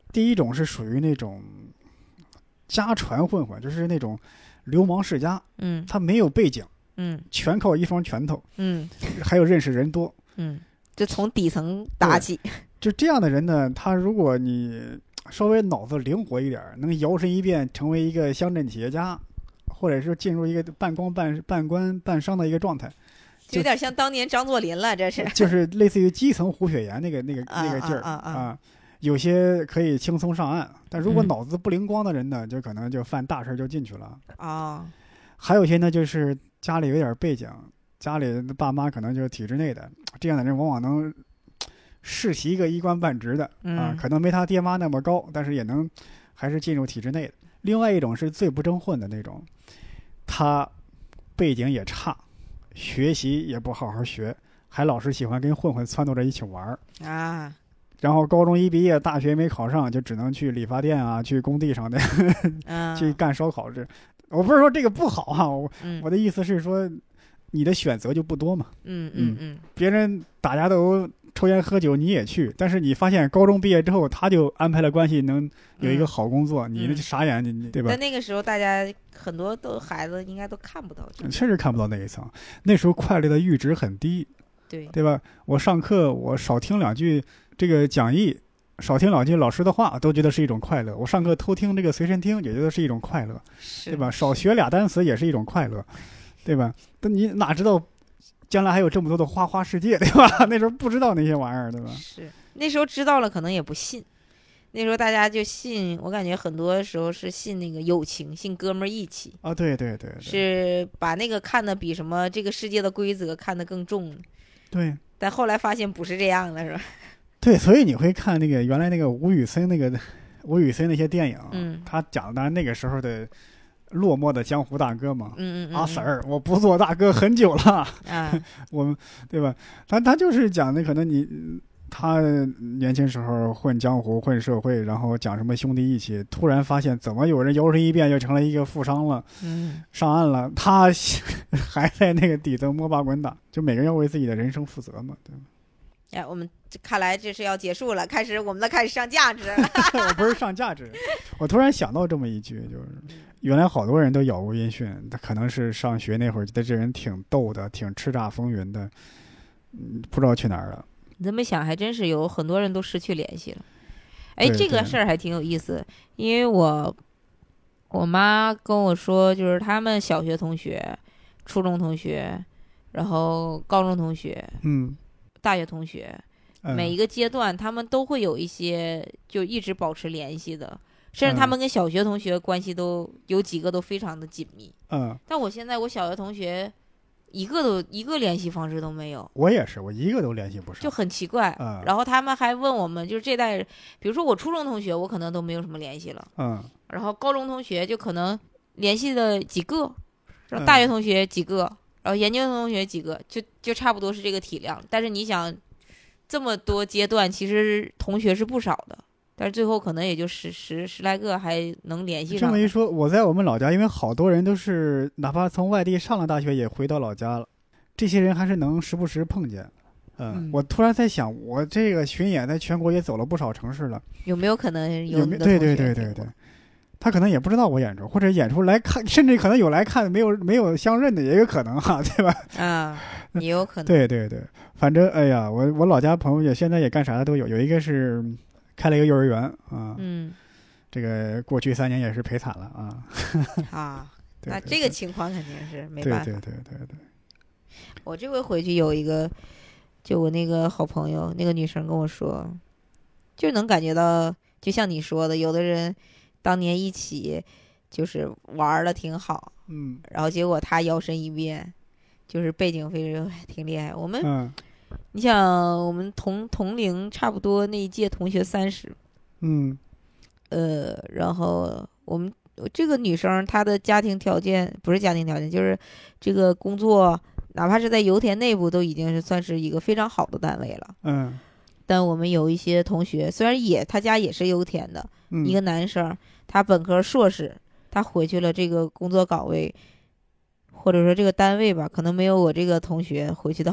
第一种是属于那种家传混混，就是那种流氓世家，
嗯，
他没有背景，
嗯，
全靠一双拳头，
嗯，
还有认识人多，
嗯，就从底层打起。
就这样的人呢，他如果你稍微脑子灵活一点，能摇身一变成为一个乡镇企业家，或者是进入一个半官半半官半商的一个状态。
有点像当年张作霖了，这是
就是类似于基层胡雪岩那个那个
啊
那个劲儿
啊啊啊
啊，有些可以轻松上岸，但如果脑子不灵光的人呢，就可能就犯大事就进去了
啊。
还有些呢，就是家里有点背景，家里的爸妈可能就是体制内的，这样的人往往能世袭一个一官半职的啊，可能没他爹妈那么高，但是也能还是进入体制内的。另外一种是最不争混的那种，他背景也差，学习也不好好学，还老是喜欢跟混混撺掇着一起玩
啊。
然后高中一毕业，大学没考上，就只能去理发店啊，去工地上的去干烧烤这。我不是说这个不好哈、啊，我、嗯、我的意思是说，你的选择就不多嘛。
嗯嗯嗯，
别人大家都抽烟喝酒，你也去，但是你发现高中毕业之后，他就安排了关系，能有一个好工作，嗯、你那傻眼，你、嗯、对吧？
但那个时候，大家很多都孩子应该都看不到，
确实看不到那一层。那时候快乐的阈值很低，
对
对吧？我上课我少听两句这个讲义，少听两句老师的话，都觉得是一种快乐。我上课偷听这个随身听，也觉得是一种快乐，对吧？少学俩单词也是一种快乐，对吧？但你哪知道将来还有这么多的花花世界，对吧？那时候不知道那些玩意儿，对吧？
是那时候知道了，可能也不信。那时候大家就信，我感觉很多时候是信那个友情，信哥们儿义气
啊。对对 对, 对，
是把那个看得比什么这个世界的规则看得更重。
对，
但后来发现不是这样的，是吧？
对，所以你会看那个原来那个吴宇森那个吴宇森那些电影，
嗯，
他讲的当然那个时候的落寞的江湖大哥嘛，
嗯嗯嗯，
阿 Sir， 我不做大哥很久了，
啊，
我们对吧？他他就是讲的可能你他年轻时候混江湖混社会，然后讲什么兄弟义气，突然发现怎么有人摇身一变就成了一个富商了，
嗯，
上岸了，他还在那个底层摸爬滚打，就每个人要为自己的人生负责嘛，对吧？
哎，我们看来这是要结束了，开始我们的开始上价值。
我不是上价值，我突然想到这么一句，就是原来好多人都杳无音讯，他可能是上学那会儿觉得这人挺逗的，挺叱咤风云的，嗯，不知道去哪儿了。
你这么想，还真是有很多人都失去联系了。哎，这个事儿还挺有意思，因为我我妈跟我说，就是他们小学同学、初中同学，然后高中同学，
嗯。
大学同学，每一个阶段他们都会有一些就一直保持联系的，甚至他们跟小学同学关系都有几个都非常的紧密。
嗯，
但我现在我小学同学一个都一个联系方式都没有。
我也是，我一个都联系不上，
就很奇怪。
嗯，
然后他们还问我们，就是这代，比如说我初中同学，我可能都没有什么联系了。
嗯，
然后高中同学就可能联系的几个，然后大学同学几个。嗯，然后研究生同学几个，就就差不多是这个体量。但是你想，这么多阶段，其实同学是不少的，但是最后可能也就十十十来个还能联系上。
这么一说，我在我们老家，因为好多人都是哪怕从外地上了大学，也回到老家了，这些人还是能时不时碰见。嗯，嗯我突然在想，我这个巡演在全国也走了不少城市了，
有没有可能有你的
对对对对对。他可能也不知道我演出，或者演出来看，甚至可能有来看没有没有相认的也有可能哈、啊，对吧？
啊，也有可能。
对对对，反正哎呀，我我老家朋友也现在也干啥的都有，有一个是开了一个幼儿园啊，
嗯，
这个过去三年也是赔惨了啊。
啊，那这个情况肯定是没办法。
对对对对对。
我这回回去有一个，就我那个好朋友，那个女生跟我说，就能感觉到，就像你说的，有的人。当年一起就是玩的挺好，
嗯，
然后结果他摇身一变，就是背景非常挺厉害。我们，
嗯，
你想我们同同龄差不多那一届同学三十，
嗯，
呃，然后我们这个女生她的家庭条件不是家庭条件，就是这个工作，哪怕是在油田内部都已经是算是一个非常好的单位了，
嗯。
但我们有一些同学，虽然也他家也是油田的，
嗯、
一个男生，他本科硕士，他回去了这个工作岗位，或者说这个单位吧，可能没有我这个同学回去的好。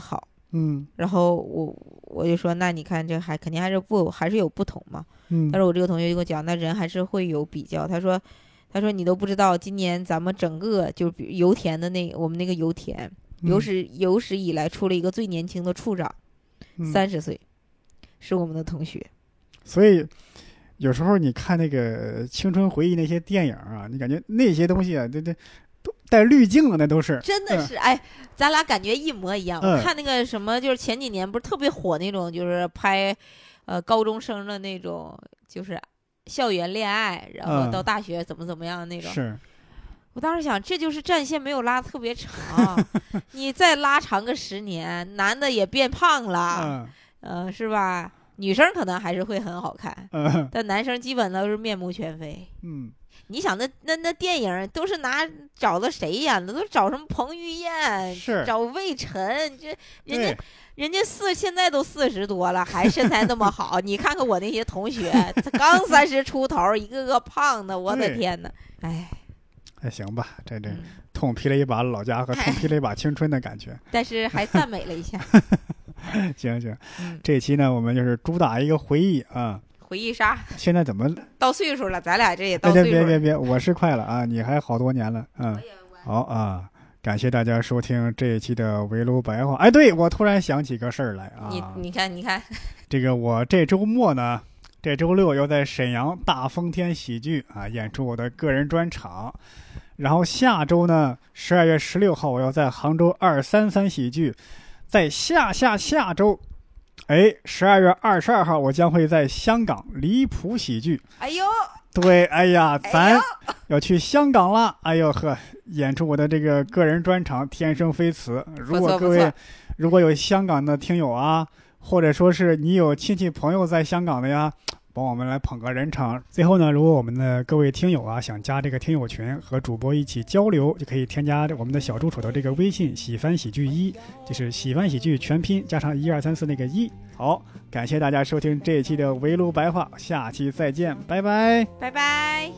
嗯，
然后我我就说，那你看这还肯定还是不还是有不同嘛。
嗯，
但是我这个同学就跟我讲，那人还是会有比较。他说，他说你都不知道，今年咱们整个就比油田的那我们那个油田有史有史以来出了一个最年轻的处长，三十岁，是我们的同学。
所以有时候你看那个青春回忆那些电影啊，你感觉那些东西啊，这这都带滤镜的，那都是
真的是、嗯、哎，咱俩感觉一模一样。
嗯、
我看那个什么，就是前几年不是特别火那种，就是拍呃高中生的那种，就是校园恋爱，然后到大学怎么怎么样的那种。
嗯、是。
我当时想，这就是战线没有拉特别长，你再拉长个十年，男的也变胖了，嗯、呃，是吧？女生可能还是会很好看，
嗯、
但男生基本都是面目全非。
嗯，
你想那那那电影都是拿找的谁演的？都找什么彭于晏，
是
找魏晨，这人家人家四现在都四十多了，还身材那么好。你看看我那些同学，他刚三十出头，一个个胖的，我的天哪！哎。
还行吧，这这痛批了一把老家伙，痛批了一把青春的感觉，
但是还赞美了一下。
行行，这一期呢，我们就是主打一个回忆啊，
回忆杀。
现在怎么
到岁数了？咱俩这也到岁数了。
别别别别，我是快了啊，你还好多年了，嗯，好啊，感谢大家收听这一期的围炉白话。哎，对，我突然想起个事儿来啊，
你你看你看，
这个我这周末呢。这周六要在沈阳大风天喜剧啊演出我的个人专场，然后下周呢，十二月十六号我要在杭州二三三喜剧，在下下下周，哎，十二月二十二号我将会在香港离谱喜剧。
哎呦，
对，哎呀，咱要去香港了，哎呦呵，演出我的这个个人专场《天生非词》。如果各位如果有香港的听友啊，或者说是你有亲戚朋友在香港的呀，帮我们来捧个人场。最后呢，如果我们的各位听友啊想加这个听友群和主播一起交流，就可以添加我们的小助手的这个微信喜欢喜剧一，就是喜欢喜剧全拼加上一二三四那个一。好，感谢大家收听这一期的围炉白话，下期再见，拜拜，
拜拜。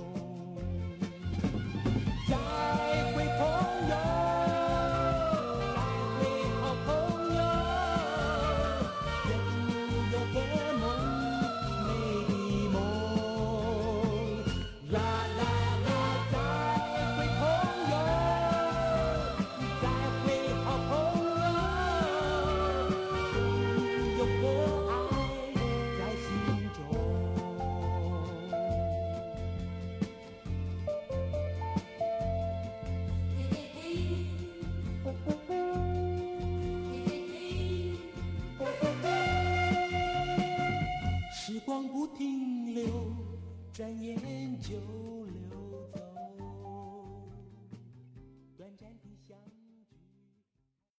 时光不停留，转眼就